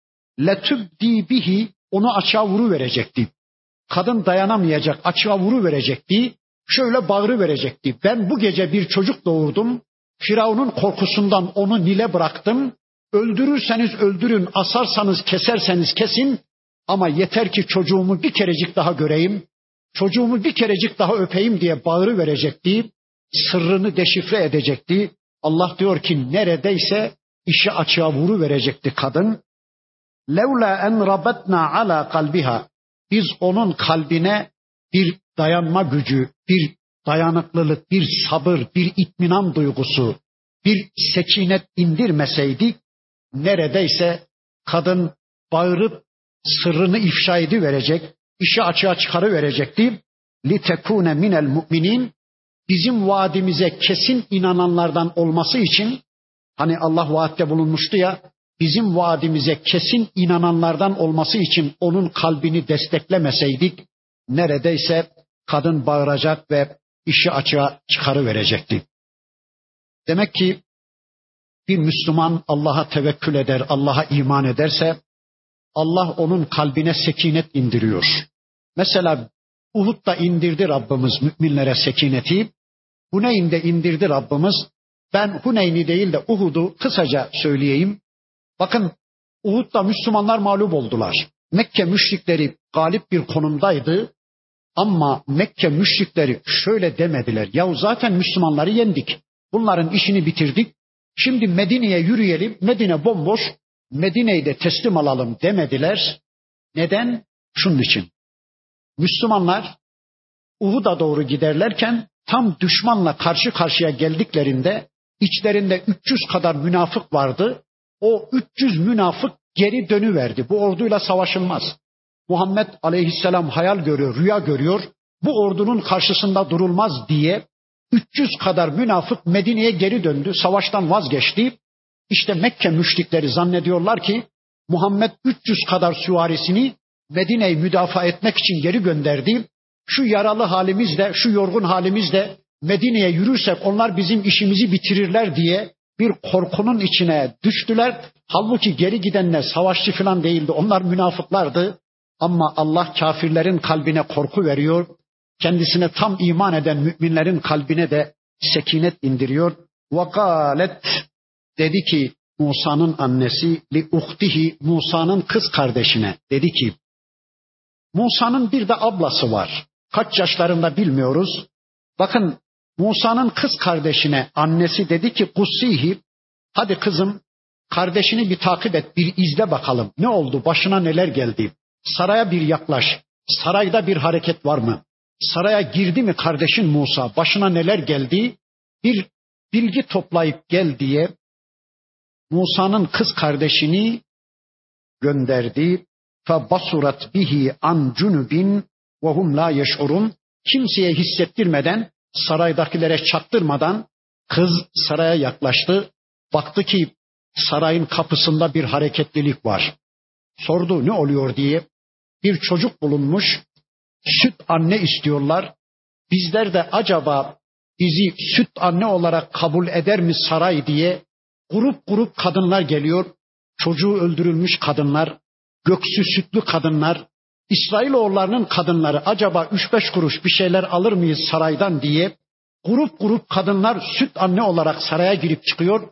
letübdi bihi, onu açığa vuruverecekti. Kadın dayanamayacak, açığa vuruverecekti. Şöyle bağırı verecekti: "Ben bu gece bir çocuk doğurdum. Firavun'un korkusundan onu Nil'e bıraktım. Öldürürseniz öldürün, asarsanız keserseniz kesin. Ama yeter ki çocuğumu bir kerecik daha göreyim. Çocuğumu bir kerecik daha öpeyim" diye bağırı verecekti. Sırrını deşifre edecekti. Allah diyor ki neredeyse işi açığa vuruverecekti kadın. Levla en rabatna ala kalbiha. Biz onun kalbine bir dayanma gücü, bir dayanıklılık, bir sabır, bir itminan duygusu, bir sekinet indirmeseydik neredeyse kadın bağırıp sırrını ifşa ediverecek, işi açığa çıkarıverecekti. Litekune minel mu'minin, bizim vaadimize kesin inananlardan olması için, Hani Allah vaatte bulunmuştu ya, bizim vaadimize kesin inananlardan olması için onun kalbini desteklemeseydik neredeyse kadın bağıracak ve işi açığa çıkarıverecekti. Demek ki bir Müslüman Allah'a tevekkül eder, Allah'a iman ederse Allah onun kalbine sekinet indiriyor. Mesela Uhud'da indirdi Rabbimiz müminlere sekineti. Huneyn'de indirdi Rabbimiz. Ben Huneyn'i değil de Uhud'u kısaca söyleyeyim. Bakın Uhud'da Müslümanlar mağlup oldular. Mekke müşrikleri galip bir konumdaydı. Ama Mekke müşrikleri şöyle demediler. Yahu zaten Müslümanları yendik. Bunların işini bitirdik. Şimdi Medine'ye yürüyelim. Medine bomboş. Medine'yi de teslim alalım demediler. Neden? Şunun için. Müslümanlar Uhud'a doğru giderlerken tam düşmanla karşı karşıya geldiklerinde içlerinde üç yüz kadar münafık vardı. O üç yüz münafık geri dönüverdi. Bu orduyla savaşılmaz. Muhammed aleyhisselam hayal görüyor, rüya görüyor. Bu ordunun karşısında durulmaz diye üç yüz kadar münafık Medine'ye geri döndü. Savaştan vazgeçti. İşte Mekke müşrikleri zannediyorlar ki Muhammed üç yüz kadar süvarisini Medine'yi müdafaa etmek için geri gönderdi. Şu yaralı halimizle, şu yorgun halimizle Medine'ye yürürsek onlar bizim işimizi bitirirler diye bir korkunun içine düştüler. Halbuki geri gidenler savaşçı falan değildi. Onlar münafıklardı. Ama Allah kafirlerin kalbine korku veriyor. Kendisine tam iman eden müminlerin kalbine de sekinet indiriyor. Vakalet dedi ki Musa'nın annesi li uhtihi Musa'nın kız kardeşine dedi ki Musa'nın bir de ablası var. Kaç yaşlarında bilmiyoruz. Bakın Musa'nın kız kardeşine annesi dedi ki kussihi hadi kızım kardeşini bir takip et, bir izle bakalım. Ne oldu? Başına neler geldi? Saraya bir yaklaş. Sarayda bir hareket var mı? Saraya girdi mi kardeşin Musa? Başına neler geldi? Bir bilgi toplayıp gel diye Musa'nın kız kardeşini gönderdi. فَبَصُرَتْ bihi an cunubin ve hum la yeş'urun. Kimseye hissettirmeden, saraydakilere çaktırmadan kız saraya yaklaştı. Baktı ki sarayın kapısında bir hareketlilik var. Sordu ne oluyor diye. Bir çocuk bulunmuş. Süt anne istiyorlar. Bizler de acaba bizi süt anne olarak kabul eder mi saray diye grup grup kadınlar geliyor. Çocuğu öldürülmüş kadınlar, göksü sütlü kadınlar, İsrailoğullarının kadınları acaba üç beş kuruş bir şeyler alır mıyız saraydan diye grup grup kadınlar süt anne olarak saraya girip çıkıyor.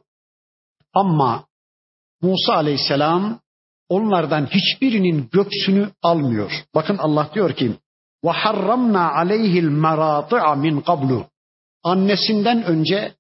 Ama Musa aleyhisselam onlardan hiçbirinin göksünü almıyor. Bakın Allah diyor ki وَحَرَّمْنَا عَلَيْهِ الْمَرَاطِعَ مِنْ قَبْلُ. Annesinden önce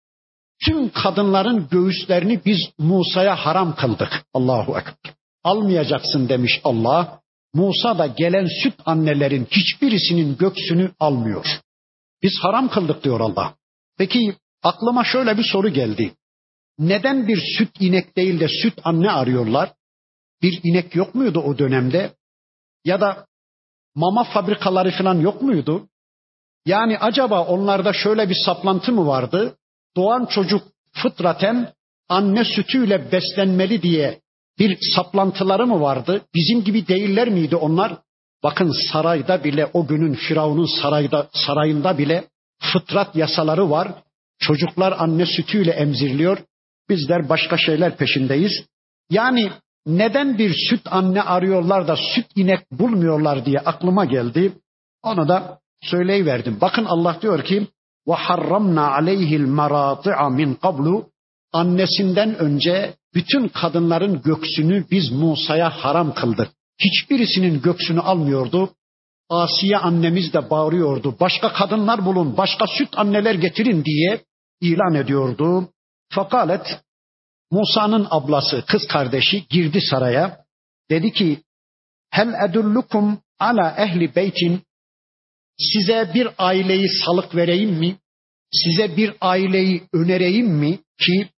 tüm kadınların göğüslerini biz Musa'ya haram kıldık. Allahu Ekber. Almayacaksın demiş Allah. Musa da gelen süt annelerin hiçbirisinin göksünü almıyor. Biz haram kıldık diyor Allah. Peki aklıma şöyle bir soru geldi. Neden bir süt inek değil de süt anne arıyorlar? Bir inek yok muydu o dönemde? Ya da mama fabrikaları falan yok muydu? Yani acaba onlarda şöyle bir saplantı mı vardı? Doğan çocuk fıtraten anne sütüyle beslenmeli diye bir saplantıları mı vardı? Bizim gibi değiller miydi onlar? Bakın sarayda bile o günün Firavun'un sarayda, sarayında bile fıtrat yasaları var. Çocuklar anne sütüyle emziriliyor. Bizler başka şeyler peşindeyiz. Yani neden bir süt anne arıyorlar da süt inek bulmuyorlar diye aklıma geldi. Onu da söyleyiverdim. Bakın Allah diyor ki وَحَرَّمْنَا عَلَيْهِ الْمَرَاطِعَ مِنْ قَبْلُ. Annesinden önce bütün kadınların göksünü biz Musa'ya haram kıldık. Hiçbirisinin göksünü almıyordu. Asiye annemiz de bağırıyordu. Başka kadınlar bulun, başka süt anneler getirin diye ilan ediyordu. Fakalet Musa'nın ablası, kız kardeşi girdi saraya. Dedi ki hel edullukum ala ehli beytin. Size bir aileyi salık vereyim mi? Size bir aileyi önereyim mi ki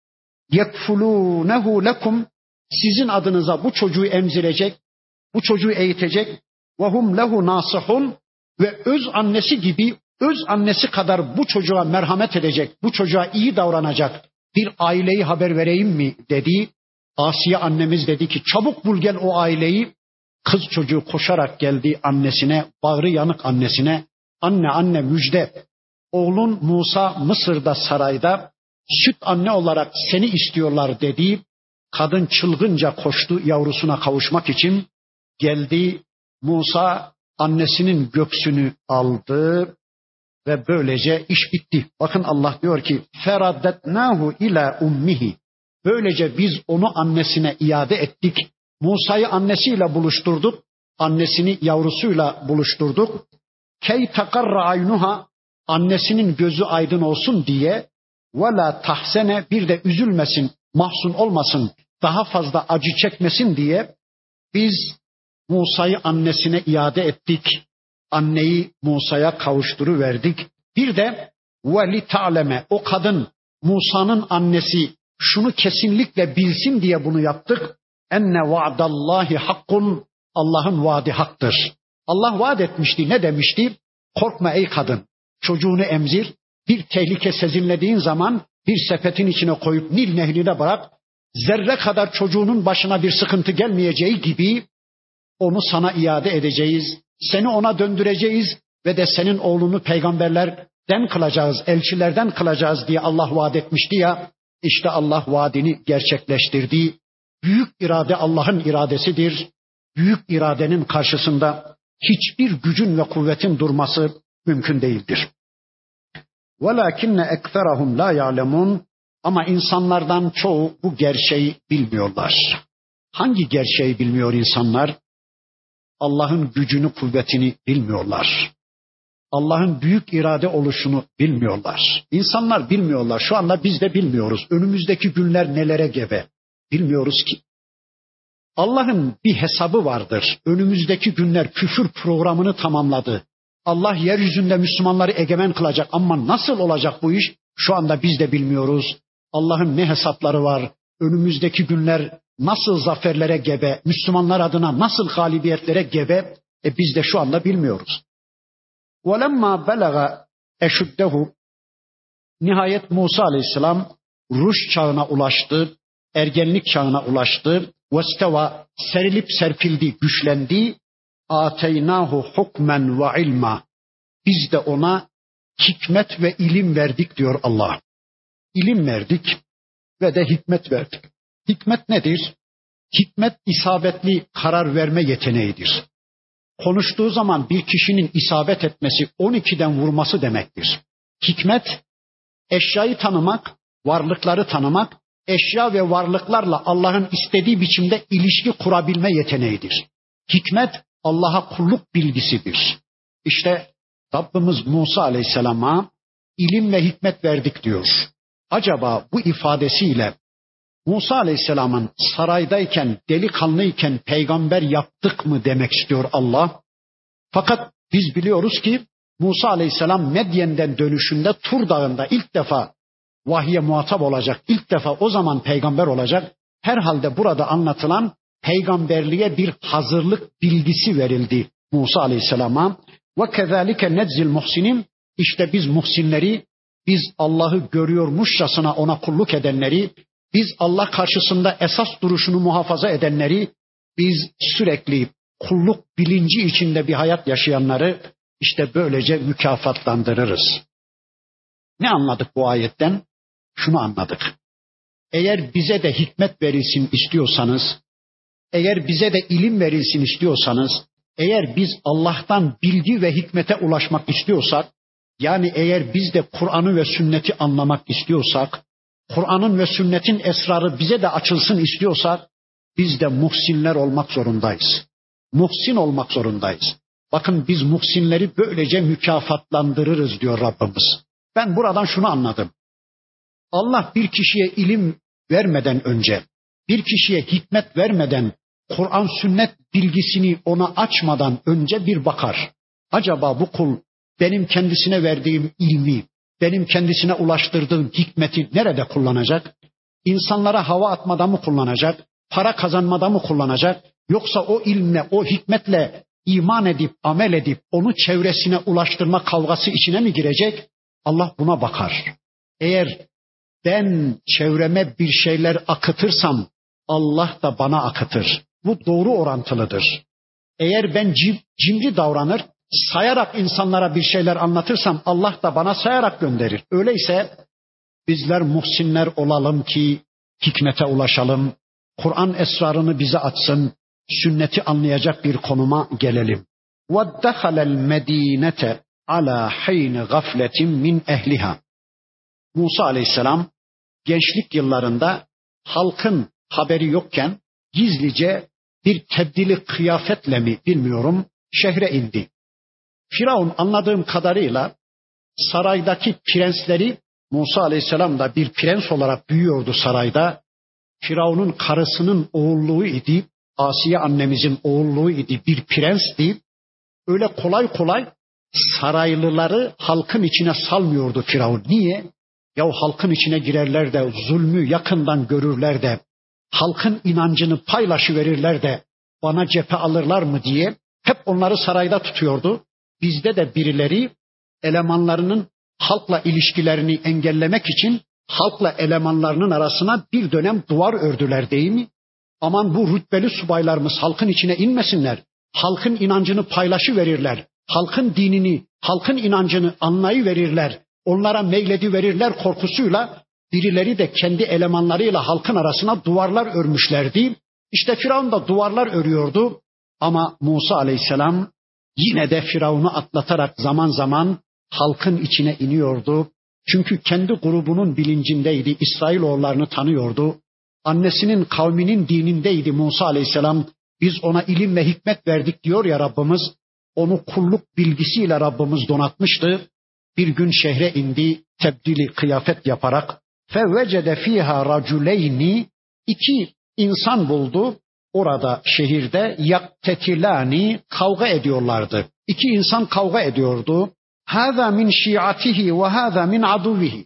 yekfulunehu lekum, sizin adınıza bu çocuğu emzirecek, bu çocuğu eğitecek ve hum lehu nasihun ve öz annesi gibi öz annesi kadar bu çocuğa merhamet edecek, bu çocuğa iyi davranacak, Bir aileyi haber vereyim mi dedi. Asiye annemiz dedi ki çabuk bul gel o aileyi. Kız çocuğu koşarak geldi annesine, bağrı yanık annesine. Anne anne müjde. Oğlun Musa Mısır'da sarayda süt anne olarak seni istiyorlar dedi. Kadın çılgınca koştu yavrusuna kavuşmak için. Geldi Musa annesinin göksünü aldı ve böylece iş bitti. Bakın Allah diyor ki feraddetnahu ila ummihi. Böylece biz onu annesine iade ettik. Musa'yı annesiyle buluşturduk. Annesini yavrusuyla buluşturduk. Key takarra aynuha, annesinin gözü aydın olsun diye, ve la tahsene, bir de üzülmesin, mahzun olmasın, daha fazla acı çekmesin diye biz Musa'yı annesine iade ettik. Anneyi Musa'ya kavuşturuverdik. Bir de ve li ta'leme, o kadın Musa'nın annesi şunu kesinlikle bilsin diye bunu yaptık. Enne va'dallahi hakkun, Allah'ın vaadi haktır. Allah vaat etmişti. Ne demişti? Korkma ey kadın. Çocuğunu emzir. Bir tehlike sezinlediğin zaman bir sepetin içine koyup Nil nehrine bırak. Zerre kadar çocuğunun başına bir sıkıntı gelmeyeceği gibi onu sana iade edeceğiz. Seni ona döndüreceğiz ve de senin oğlunu peygamberlerden kılacağız, elçilerden kılacağız diye Allah vaat etmişti ya. İşte Allah vaadini gerçekleştirdi. Büyük irade Allah'ın iradesidir. Büyük iradenin karşısında hiçbir gücün ve kuvvetin durması mümkün değildir. وَلَكِنَّ اَكْثَرَهُمْ لَا يَعْلَمُونَ. Ama insanlardan çoğu bu gerçeği bilmiyorlar. Hangi gerçeği bilmiyor insanlar? Allah'ın gücünü, kuvvetini bilmiyorlar. Allah'ın büyük irade oluşunu bilmiyorlar. İnsanlar bilmiyorlar. Şu anda biz de bilmiyoruz. Önümüzdeki günler nelere gebe? Bilmiyoruz ki. Allah'ın bir hesabı vardır. Önümüzdeki günler küfür programını tamamladı. Allah yeryüzünde Müslümanları egemen kılacak ama nasıl olacak bu iş? Şu anda biz de bilmiyoruz. Allah'ın ne hesapları var? Önümüzdeki günler nasıl zaferlere gebe? Müslümanlar adına nasıl galibiyetlere gebe? E biz de şu anda bilmiyoruz. وَلَمَّا بَلَغَ اَشُدَّهُ. Nihayet Musa Aleyhisselam ruş çağına ulaştı, ergenlik çağına ulaştı. وَاسْتَوَى, serilip serpildi, güçlendi. آتَيْنَاهُ حُكْمًا وَعِلْمًا. Biz de ona hikmet ve ilim verdik diyor Allah. İlim verdik ve de hikmet verdik. Hikmet nedir? Hikmet isabetli karar verme yeteneğidir. Konuştuğu zaman bir kişinin isabet etmesi, on ikiden vurması demektir. Hikmet, eşyayı tanımak, varlıkları tanımak, eşya ve varlıklarla Allah'ın istediği biçimde ilişki kurabilme yeteneğidir. Hikmet, Allah'a kulluk bilgisidir. İşte Rabbimiz Musa Aleyhisselam'a ilim ve hikmet verdik diyor. Acaba bu ifadesiyle Musa Aleyhisselam'ın saraydayken, delikanlıyken peygamber yaptık mı demek istiyor Allah. Fakat biz biliyoruz ki Musa Aleyhisselam Medyen'den dönüşünde Tur Dağı'nda ilk defa vahye muhatap olacak. İlk defa o zaman peygamber olacak. Herhalde burada anlatılan peygamberliğe bir hazırlık bilgisi verildi Musa Aleyhisselam'a. Ve kezalike neczil muhsinin. İşte biz muhsinleri, biz Allah'ı görüyormuşçasına ona kulluk edenleri, biz Allah karşısında esas duruşunu muhafaza edenleri, biz sürekli kulluk bilinci içinde bir hayat yaşayanları işte böylece mükafatlandırırız. Ne anladık bu ayetten? Şunu anladık. Eğer bize de hikmet verilsin istiyorsanız, eğer bize de ilim verilsin istiyorsanız, eğer biz Allah'tan bilgi ve hikmete ulaşmak istiyorsak, yani eğer biz de Kur'an'ı ve sünneti anlamak istiyorsak, Kur'an'ın ve sünnetin esrarı bize de açılsın istiyorsak, biz de muhsinler olmak zorundayız. Muhsin olmak zorundayız. Bakın biz muhsinleri böylece mükafatlandırırız diyor Rabbimiz. Ben buradan şunu anladım. Allah bir kişiye ilim vermeden önce, bir kişiye hikmet vermeden, Kur'an sünnet bilgisini ona açmadan önce bir bakar. Acaba bu kul benim kendisine verdiğim ilmi, benim kendisine ulaştırdığım hikmeti nerede kullanacak? İnsanlara hava atmada mı kullanacak? Para kazanmada mı kullanacak? Yoksa o ilmle, o hikmetle iman edip, amel edip onu çevresine ulaştırma kavgası içine mi girecek? Allah buna bakar. Eğer ben çevreme bir şeyler akıtırsam Allah da bana akıtır. Bu doğru orantılıdır. Eğer ben cim, cimri davranır, sayarak insanlara bir şeyler anlatırsam Allah da bana sayarak gönderir. Öyleyse bizler muhsinler olalım ki hikmete ulaşalım. Kur'an esrarını bize açsın, sünneti anlayacak bir konuma gelelim. وَدَّخَلَ الْمَد۪ينَةَ عَلَى حَيْنِ غَفْلَةٍ مِنْ اَهْلِهَا. Musa aleyhisselam gençlik yıllarında halkın haberi yokken gizlice bir tebdili kıyafetle mi bilmiyorum şehre indi. Firavun anladığım kadarıyla saraydaki prensleri, Musa aleyhisselam da bir prens olarak büyüyordu sarayda. Firavun'un karısının oğulluğu idi, Asiye annemizin oğulluğu idi, bir prensti. Öyle kolay kolay saraylıları halkın içine salmıyordu Firavun. Niye? Ya halkın içine girerler de zulmü yakından görürler de halkın inancını paylaşıverirler de bana cephe alırlar mı diye hep onları sarayda tutuyordu. Bizde de birileri elemanlarının halkla ilişkilerini engellemek için halkla elemanlarının arasına bir dönem duvar ördüler değil mi? Aman bu rütbeli subaylarımız halkın içine inmesinler. Halkın inancını paylaşıverirler. Halkın dinini, halkın inancını anlayıverirler. Onlara meylediverirler korkusuyla birileri de kendi elemanlarıyla halkın arasına duvarlar örmüşlerdi. İşte Firavun da duvarlar örüyordu. Ama Musa aleyhisselam yine de Firavun'u atlatarak zaman zaman halkın içine iniyordu. Çünkü kendi grubunun bilincindeydi. İsrailoğullarını tanıyordu. Annesinin kavminin dinindeydi Musa aleyhisselam. Biz ona ilim ve hikmet verdik diyor ya Rabbimiz. Onu kulluk bilgisiyle Rabbimiz donatmıştı. Bir gün şehre indi tebdili kıyafet yaparak. فَوَجَدَ ف۪يهَا رَجُلَيْنِ İki insan buldu orada şehirde. يَقْتَتِلَانِ Kavga ediyorlardı. İki insan kavga ediyordu. هَذَا مِنْ شِيعَتِهِ وَهَذَا مِنْ عَدُوِّهِ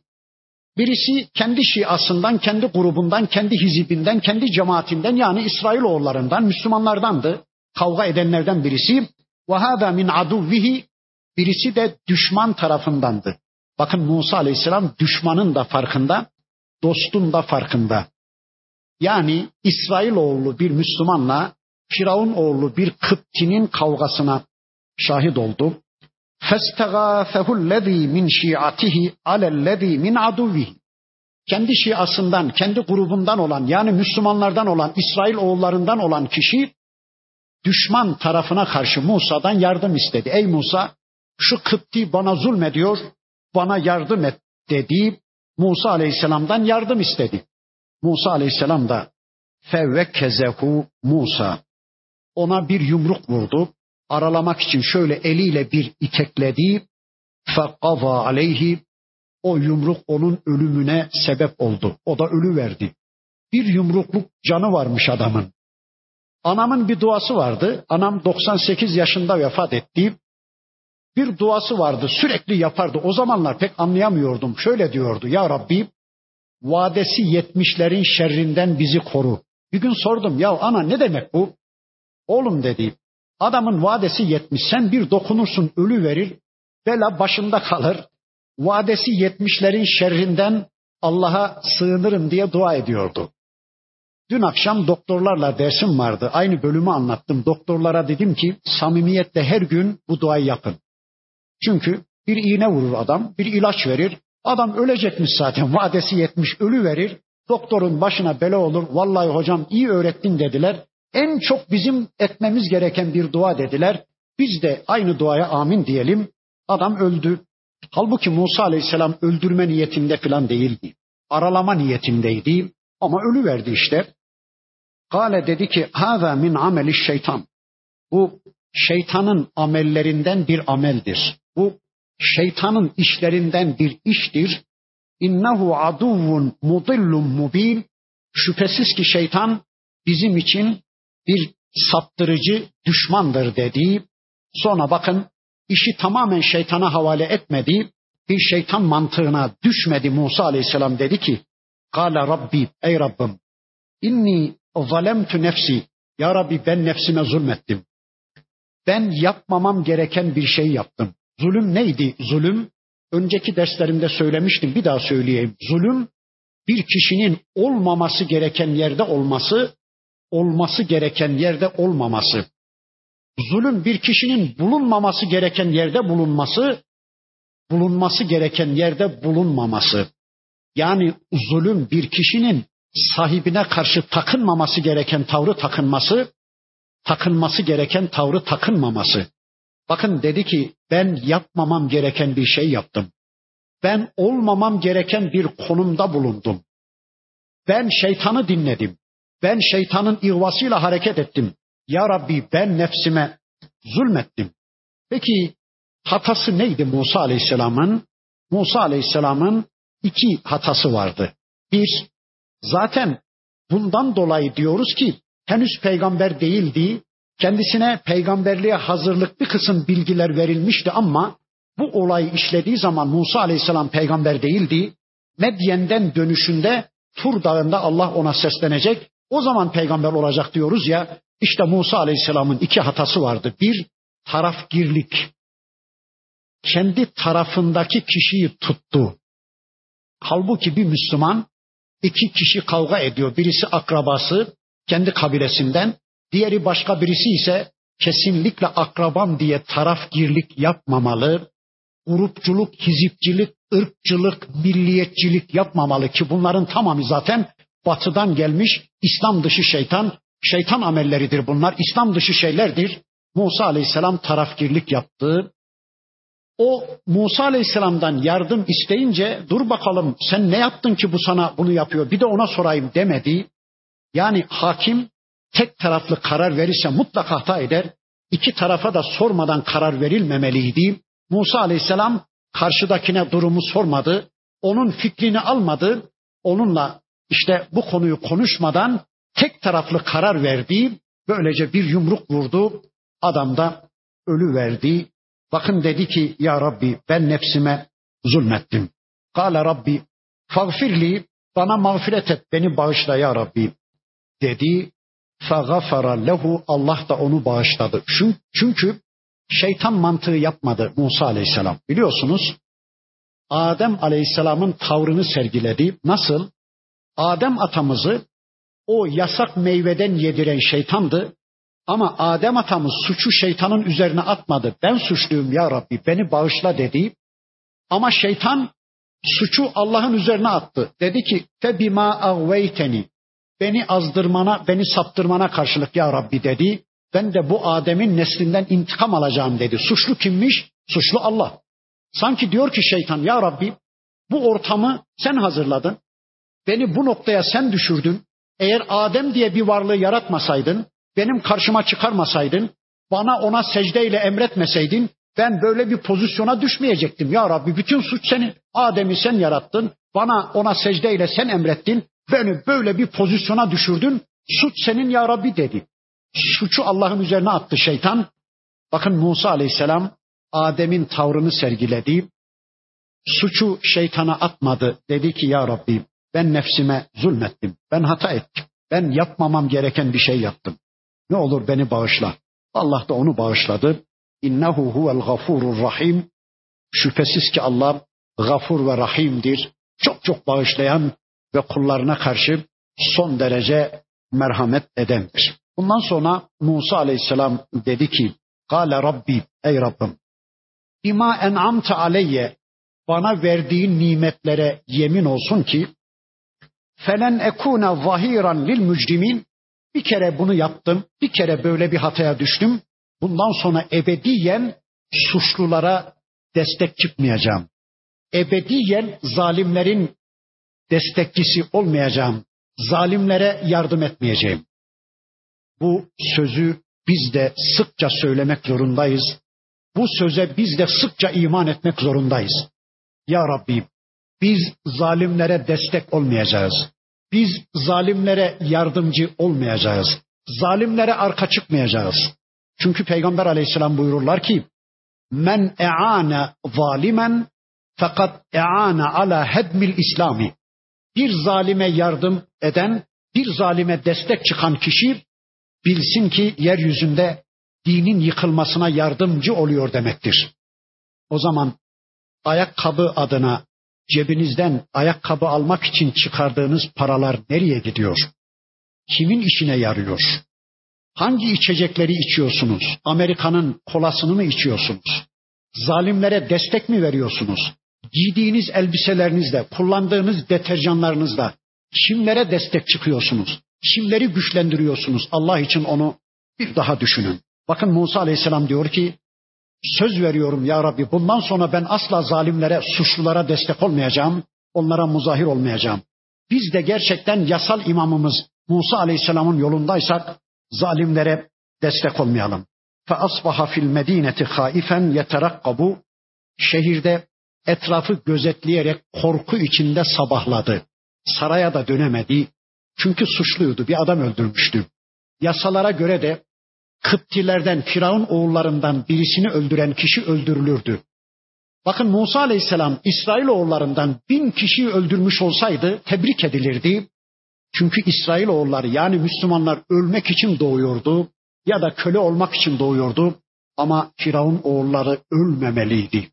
Birisi kendi şiasından, kendi grubundan, kendi hizibinden, kendi cemaatinden yani İsrailoğullarından, Müslümanlardandı. Kavga edenlerden birisi. وَهَذَا مِنْ عَدُوِّهِ Birisi de düşman tarafındandı. Bakın Musa aleyhisselam düşmanın da farkında, dostun da farkında. Yani İsrailoğlu bir Müslümanla Firavun oğlu bir Kıpti'nin kavgasına şahit oldu. فَاسْتَغَاثَهُ الَّذ۪ي مِنْ شِيعَتِهِ عَلَى الَّذ۪ي مِنْ عَدُوِّهِ Kendi şiasından, kendi grubundan olan yani Müslümanlardan olan, İsrailoğullarından olan kişi düşman tarafına karşı Musa'dan yardım istedi. Ey Musa, şu Kıpti bana zulmediyor, bana yardım et dedi. Musa aleyhisselamdan yardım istedi. Musa aleyhisselam da fevvekezehu Musa ona bir yumruk vurdu. Aralamak için şöyle eliyle bir itekledi. Fekava aleyhi o yumruk onun ölümüne sebep oldu. O da ölüverdi. Bir yumrukluk canı varmış adamın. Anamın bir duası vardı. Anam doksan sekiz yaşında vefat etti. Bir duası vardı sürekli yapardı. O zamanlar pek anlayamıyordum. Şöyle diyordu. Ya Rabbi vadesi yetmişlerin şerrinden bizi koru. Bir gün sordum ya ana ne demek bu? Oğlum dedi adamın vadesi yetmiş sen bir dokunursun ölü verir. Bela başında kalır. Vadesi yetmişlerin şerrinden Allah'a sığınırım diye dua ediyordu. Dün akşam doktorlarla dersim vardı. Aynı bölümü anlattım. Doktorlara dedim ki samimiyetle her gün bu duayı yapın. Çünkü bir iğne vurur adam, bir ilaç verir. Adam ölecekmiş zaten. Vadesi yetmiş ölü verir. Doktorun başına bela olur. Vallahi hocam iyi öğrettin dediler. En çok bizim etmemiz gereken bir dua dediler. Biz de aynı duaya amin diyelim. Adam öldü. Halbuki Musa aleyhisselam öldürme niyetinde falan değildi. Aralama niyetindeydi. Ama ölü verdi işte. Kale dedi ki hâzâ min ameli şeytan. Bu şeytanın amellerinden bir ameldir. Bu şeytanın işlerinden bir iştir. İnnehu aduvun mudillun mubin. Şüphesiz ki şeytan bizim için bir saptırıcı düşmandır dedi. Sonra bakın işi tamamen şeytana havale etmedi. Bir şeytan mantığına düşmedi Musa aleyhisselam dedi ki Kâle Rabbi ey Rabbim inni zalemtu nefsi. Ya Rabbi ben nefsime zulmettim. Ben yapmamam gereken bir şey yaptım. Zulüm neydi? Zulüm önceki derslerimde söylemiştim bir daha söyleyeyim. Zulüm bir kişinin olmaması gereken yerde olması, olması gereken yerde olmaması. Zulüm bir kişinin bulunmaması gereken yerde bulunması, bulunması gereken yerde bulunmaması. Yani zulüm bir kişinin sahibine karşı takınmaması gereken tavrı takınması, takınması gereken tavrı takınmaması. Bakın dedi ki ben yapmamam gereken bir şey yaptım. Ben olmamam gereken bir konumda bulundum. Ben şeytanı dinledim. Ben şeytanın ihvasıyla hareket ettim. Ya Rabbi ben nefsime zulmettim. Peki hatası neydi Musa Aleyhisselam'ın? Musa Aleyhisselam'ın iki hatası vardı. Bir, zaten bundan dolayı diyoruz ki henüz peygamber değildi. Kendisine peygamberliğe hazırlık bir kısım bilgiler verilmişti ama bu olayı işlediği zaman Musa Aleyhisselam peygamber değildi. Medyen'den dönüşünde Tur Dağı'nda Allah ona seslenecek. O zaman peygamber olacak diyoruz ya. İşte Musa Aleyhisselam'ın iki hatası vardı. Bir, tarafgirlik. Kendi tarafındaki kişiyi tuttu. Halbuki bir Müslüman iki kişi kavga ediyor. Birisi akrabası kendi kabilesinden, diğeri başka birisi ise kesinlikle akrabam diye tarafgirlik yapmamalı. Grupçuluk, hizipçilik, ırkçılık, milliyetçilik yapmamalı ki bunların tamamı zaten batıdan gelmiş İslam dışı şeytan, şeytan amelleridir bunlar. İslam dışı şeylerdir. Musa Aleyhisselam tarafgirlik yaptı. O Musa Aleyhisselam'dan yardım isteyince dur bakalım sen ne yaptın ki bu sana bunu yapıyor bir de ona sorayım demedi. Yani hakim tek taraflı karar verirse mutlaka hata eder. İki tarafa da sormadan karar verilmemeliydi. Musa Aleyhisselam karşıdakine durumu sormadı. Onun fikrini almadı. Onunla işte bu konuyu konuşmadan tek taraflı karar verdi. Böylece bir yumruk vurdu. Adam da ölüverdi. Bakın dedi ki ya Rabbi ben nefsime zulmettim. Kâle Rabbi fagfirli bana mağfiret et beni bağışla ya Rabbi dedi. Fagafara lehu Allah da onu bağışladı. Çünkü şeytan mantığı yapmadı Musa Aleyhisselam. Biliyorsunuz Adem Aleyhisselam'ın tavrını sergiledi. Nasıl? Adem atamızı o yasak meyveden yediren şeytandı. Ama Adem atamız suçu şeytanın üzerine atmadı. Ben suçluyum ya Rabbi beni bağışla dedi. Ama şeytan suçu Allah'ın üzerine attı. Dedi ki febima agveyteni beni azdırmana, beni saptırmana karşılık ya Rabbi dedi. Ben de bu Adem'in neslinden intikam alacağım dedi. Suçlu kimmiş? Suçlu Allah. Sanki diyor ki şeytan ya Rabbi bu ortamı sen hazırladın. Beni bu noktaya sen düşürdün. Eğer Adem diye bir varlığı yaratmasaydın, benim karşıma çıkarmasaydın, bana ona secdeyle emretmeseydin ben böyle bir pozisyona düşmeyecektim. Ya Rabbi bütün suç senin. Adem'i sen yarattın. Bana ona secdeyle sen emrettin. Beni böyle bir pozisyona düşürdün. Suç senin ya Rabbi dedi. Suçu Allah'ın üzerine attı şeytan. Bakın Musa Aleyhisselam Adem'in tavrını sergiledi. Suçu şeytana atmadı. Dedi ki ya Rabbi ben nefsime zulmettim. Ben hata ettim. Ben yapmamam gereken bir şey yaptım. Ne olur beni bağışla. Allah da onu bağışladı. İnnehu huvel gafurur rahim. Şüphesiz ki Allah gafur ve rahimdir. Çok çok bağışlayan ve kullarına karşı son derece merhamet edendir. Bundan sonra Musa Aleyhisselam dedi ki Kâle Rabbi ey Rabbim bima en'amte aleyye bana verdiğin nimetlere yemin olsun ki felen ekûne zahiran lil mücrimin bir kere bunu yaptım, bir kere böyle bir hataya düştüm. Bundan sonra ebediyen suçlulara destek çıkmayacağım. Ebediyen zalimlerin destekçisi olmayacağım. Zalimlere yardım etmeyeceğim. Bu sözü biz de sıkça söylemek zorundayız. Bu söze biz de sıkça iman etmek zorundayız. Ya Rabbi biz zalimlere destek olmayacağız. Biz zalimlere yardımcı olmayacağız. Zalimlere arka çıkmayacağız. Çünkü Peygamber Aleyhisselam buyururlar ki men e'ane zalimen fakat e'ane ala hedmil İslami. Bir zalime yardım eden, bir zalime destek çıkan kişi bilsin ki yeryüzünde dinin yıkılmasına yardımcı oluyor demektir. O zaman ayakkabı adına, cebinizden ayakkabı almak için çıkardığınız paralar nereye gidiyor? Kimin işine yarıyor? Hangi içecekleri içiyorsunuz? Amerika'nın kolasını mı içiyorsunuz? Zalimlere destek mi veriyorsunuz? Giydiğiniz elbiselerinizle, kullandığınız deterjanlarınızla kimlere destek çıkıyorsunuz? Kimleri güçlendiriyorsunuz? Allah için onu bir daha düşünün. Bakın Musa Aleyhisselam diyor ki, söz veriyorum ya Rabbi, bundan sonra ben asla zalimlere, suçlulara destek olmayacağım, onlara muzahir olmayacağım. Biz de gerçekten yasal imamımız Musa Aleyhisselam'ın yolundaysak zalimlere destek olmayalım. فَأَصْبَحَ فِي الْمَد۪ينَةِ خَائِفًا يَتَرَقَّبُ Şehirde etrafı gözetleyerek korku içinde sabahladı. Saraya da dönemedi. Çünkü suçluydu, bir adam öldürmüştü. Yasalara göre de Kıptilerden, Firavun oğullarından birisini öldüren kişi öldürülürdü. Bakın Musa Aleyhisselam İsrailoğullarından bin kişiyi öldürmüş olsaydı tebrik edilirdi. Çünkü İsrailoğulları yani Müslümanlar ölmek için doğuyordu ya da köle olmak için doğuyordu. Ama Firavun oğulları ölmemeliydi.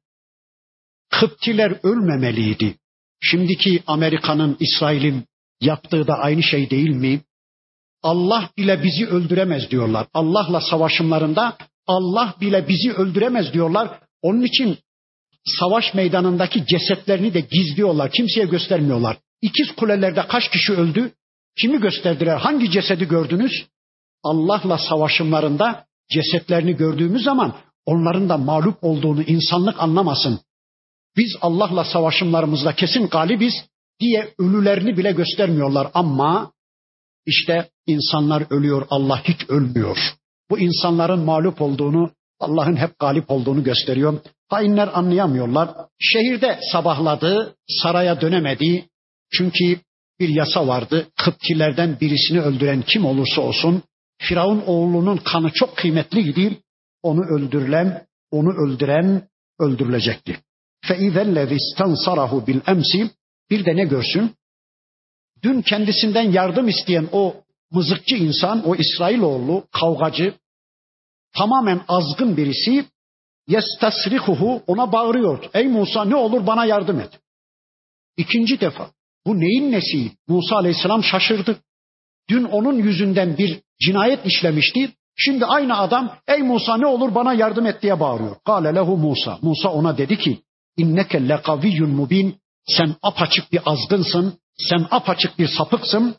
Kıptiler ölmemeliydi. Şimdiki Amerika'nın, İsrail'in yaptığı da aynı şey değil mi? Allah bile bizi öldüremez diyorlar. Allah'la savaşımlarında Allah bile bizi öldüremez diyorlar. Onun için savaş meydanındaki cesetlerini de gizliyorlar. Kimseye göstermiyorlar. İkiz Kulelerde kaç kişi öldü? Kimi gösterdiler? Hangi cesedi gördünüz? Allah'la savaşımlarında cesetlerini gördüğümüz zaman onların da mağlup olduğunu insanlık anlamasın. Biz Allah'la savaşımlarımızda kesin galibiz diye ölülerini bile göstermiyorlar. Ama işte insanlar ölüyor, Allah hiç ölmüyor. Bu insanların mağlup olduğunu, Allah'ın hep galip olduğunu gösteriyor. Hainler anlayamıyorlar. Şehirde sabahladı, saraya dönemedi. Çünkü bir yasa vardı. Kıptilerden birisini öldüren kim olursa olsun, Firavun oğlunun kanı çok kıymetliydi. Onu öldürülen, onu öldüren öldürülecekti. فَاِذَا الَّذِي اسْتَنْصَرَهُ بِالْاَمْسِ Bir de ne görsün? Dün kendisinden yardım isteyen o mızıkçı insan, o İsrailoğlu, kavgacı, tamamen azgın birisi, yestasrihuhu, ona bağırıyor. Ey Musa, ne olur bana yardım et. İkinci defa. Bu neyin nesi? Musa Aleyhisselam şaşırdı. Dün onun yüzünden bir cinayet işlemişti. Şimdi aynı adam, ey Musa ne olur bana yardım et diye bağırıyor. Kâle lehu Musa. Musa ona dedi ki, inneke lekaviyyun mubin. Sen apaçık bir azgınsın. Sen apaçık bir sapıksın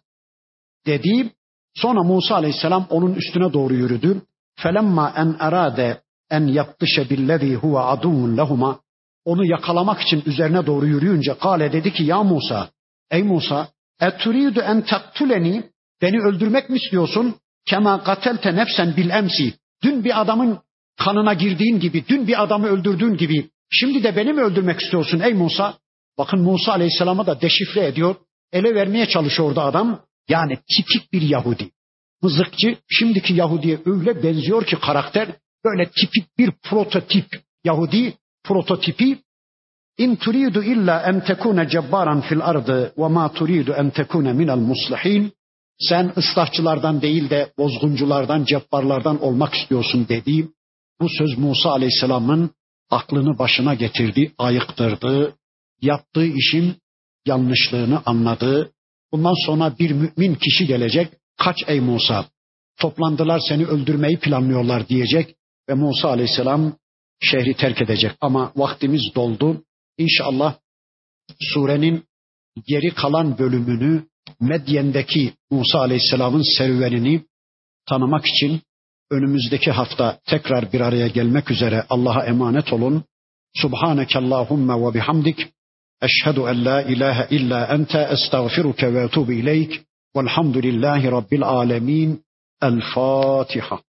dedi. Sonra Musa Aleyhisselam onun üstüne doğru yürüdü. Felemma en arade en yaptışe billezî huve aduvun lehuma. Onu yakalamak için üzerine doğru yürüyünce kâle dedi ki ya Musa, ey Musa, eturidu en taktuleni, beni öldürmek mi istiyorsun? Kema katelte nefsen bil emsi. Dün bir adamın kanına girdiğin gibi, dün bir adamı öldürdüğün gibi, şimdi de beni mi öldürmek istiyorsun ey Musa? Bakın Musa Aleyhisselam'ı da deşifre ediyor. Ele vermeye çalışıyordu adam. Yani tipik bir Yahudi. Mızıkçı şimdiki Yahudi'ye öyle benziyor ki karakter, böyle tipik bir prototip Yahudi prototipi. İn turidu illa en tekune cebbaran fil ardı ve ma turidu en tekune minel muslihin. Sen ıslahçılardan değil de bozgunculardan, cebbarlardan olmak istiyorsun dedi. Bu söz Musa Aleyhisselam'ın aklını başına getirdi, ayıktırdı. Yaptığı işin yanlışlığını anladı. Bundan sonra bir mümin kişi gelecek. Kaç ey Musa, toplandılar seni öldürmeyi planlıyorlar diyecek. Ve Musa Aleyhisselam şehri terk edecek. Ama vaktimiz doldu. İnşallah surenin geri kalan bölümünü, Medyen'deki Musa Aleyhisselam'ın serüvenini tanımak için önümüzdeki hafta tekrar bir araya gelmek üzere Allah'a emanet olun. Subhaneke Allahumma ve bihamdik. Eşhedü en la ilahe illa ente estağfiruke ve etubu ileyk. Velhamdülillahi Rabbil alemin. El Fatiha.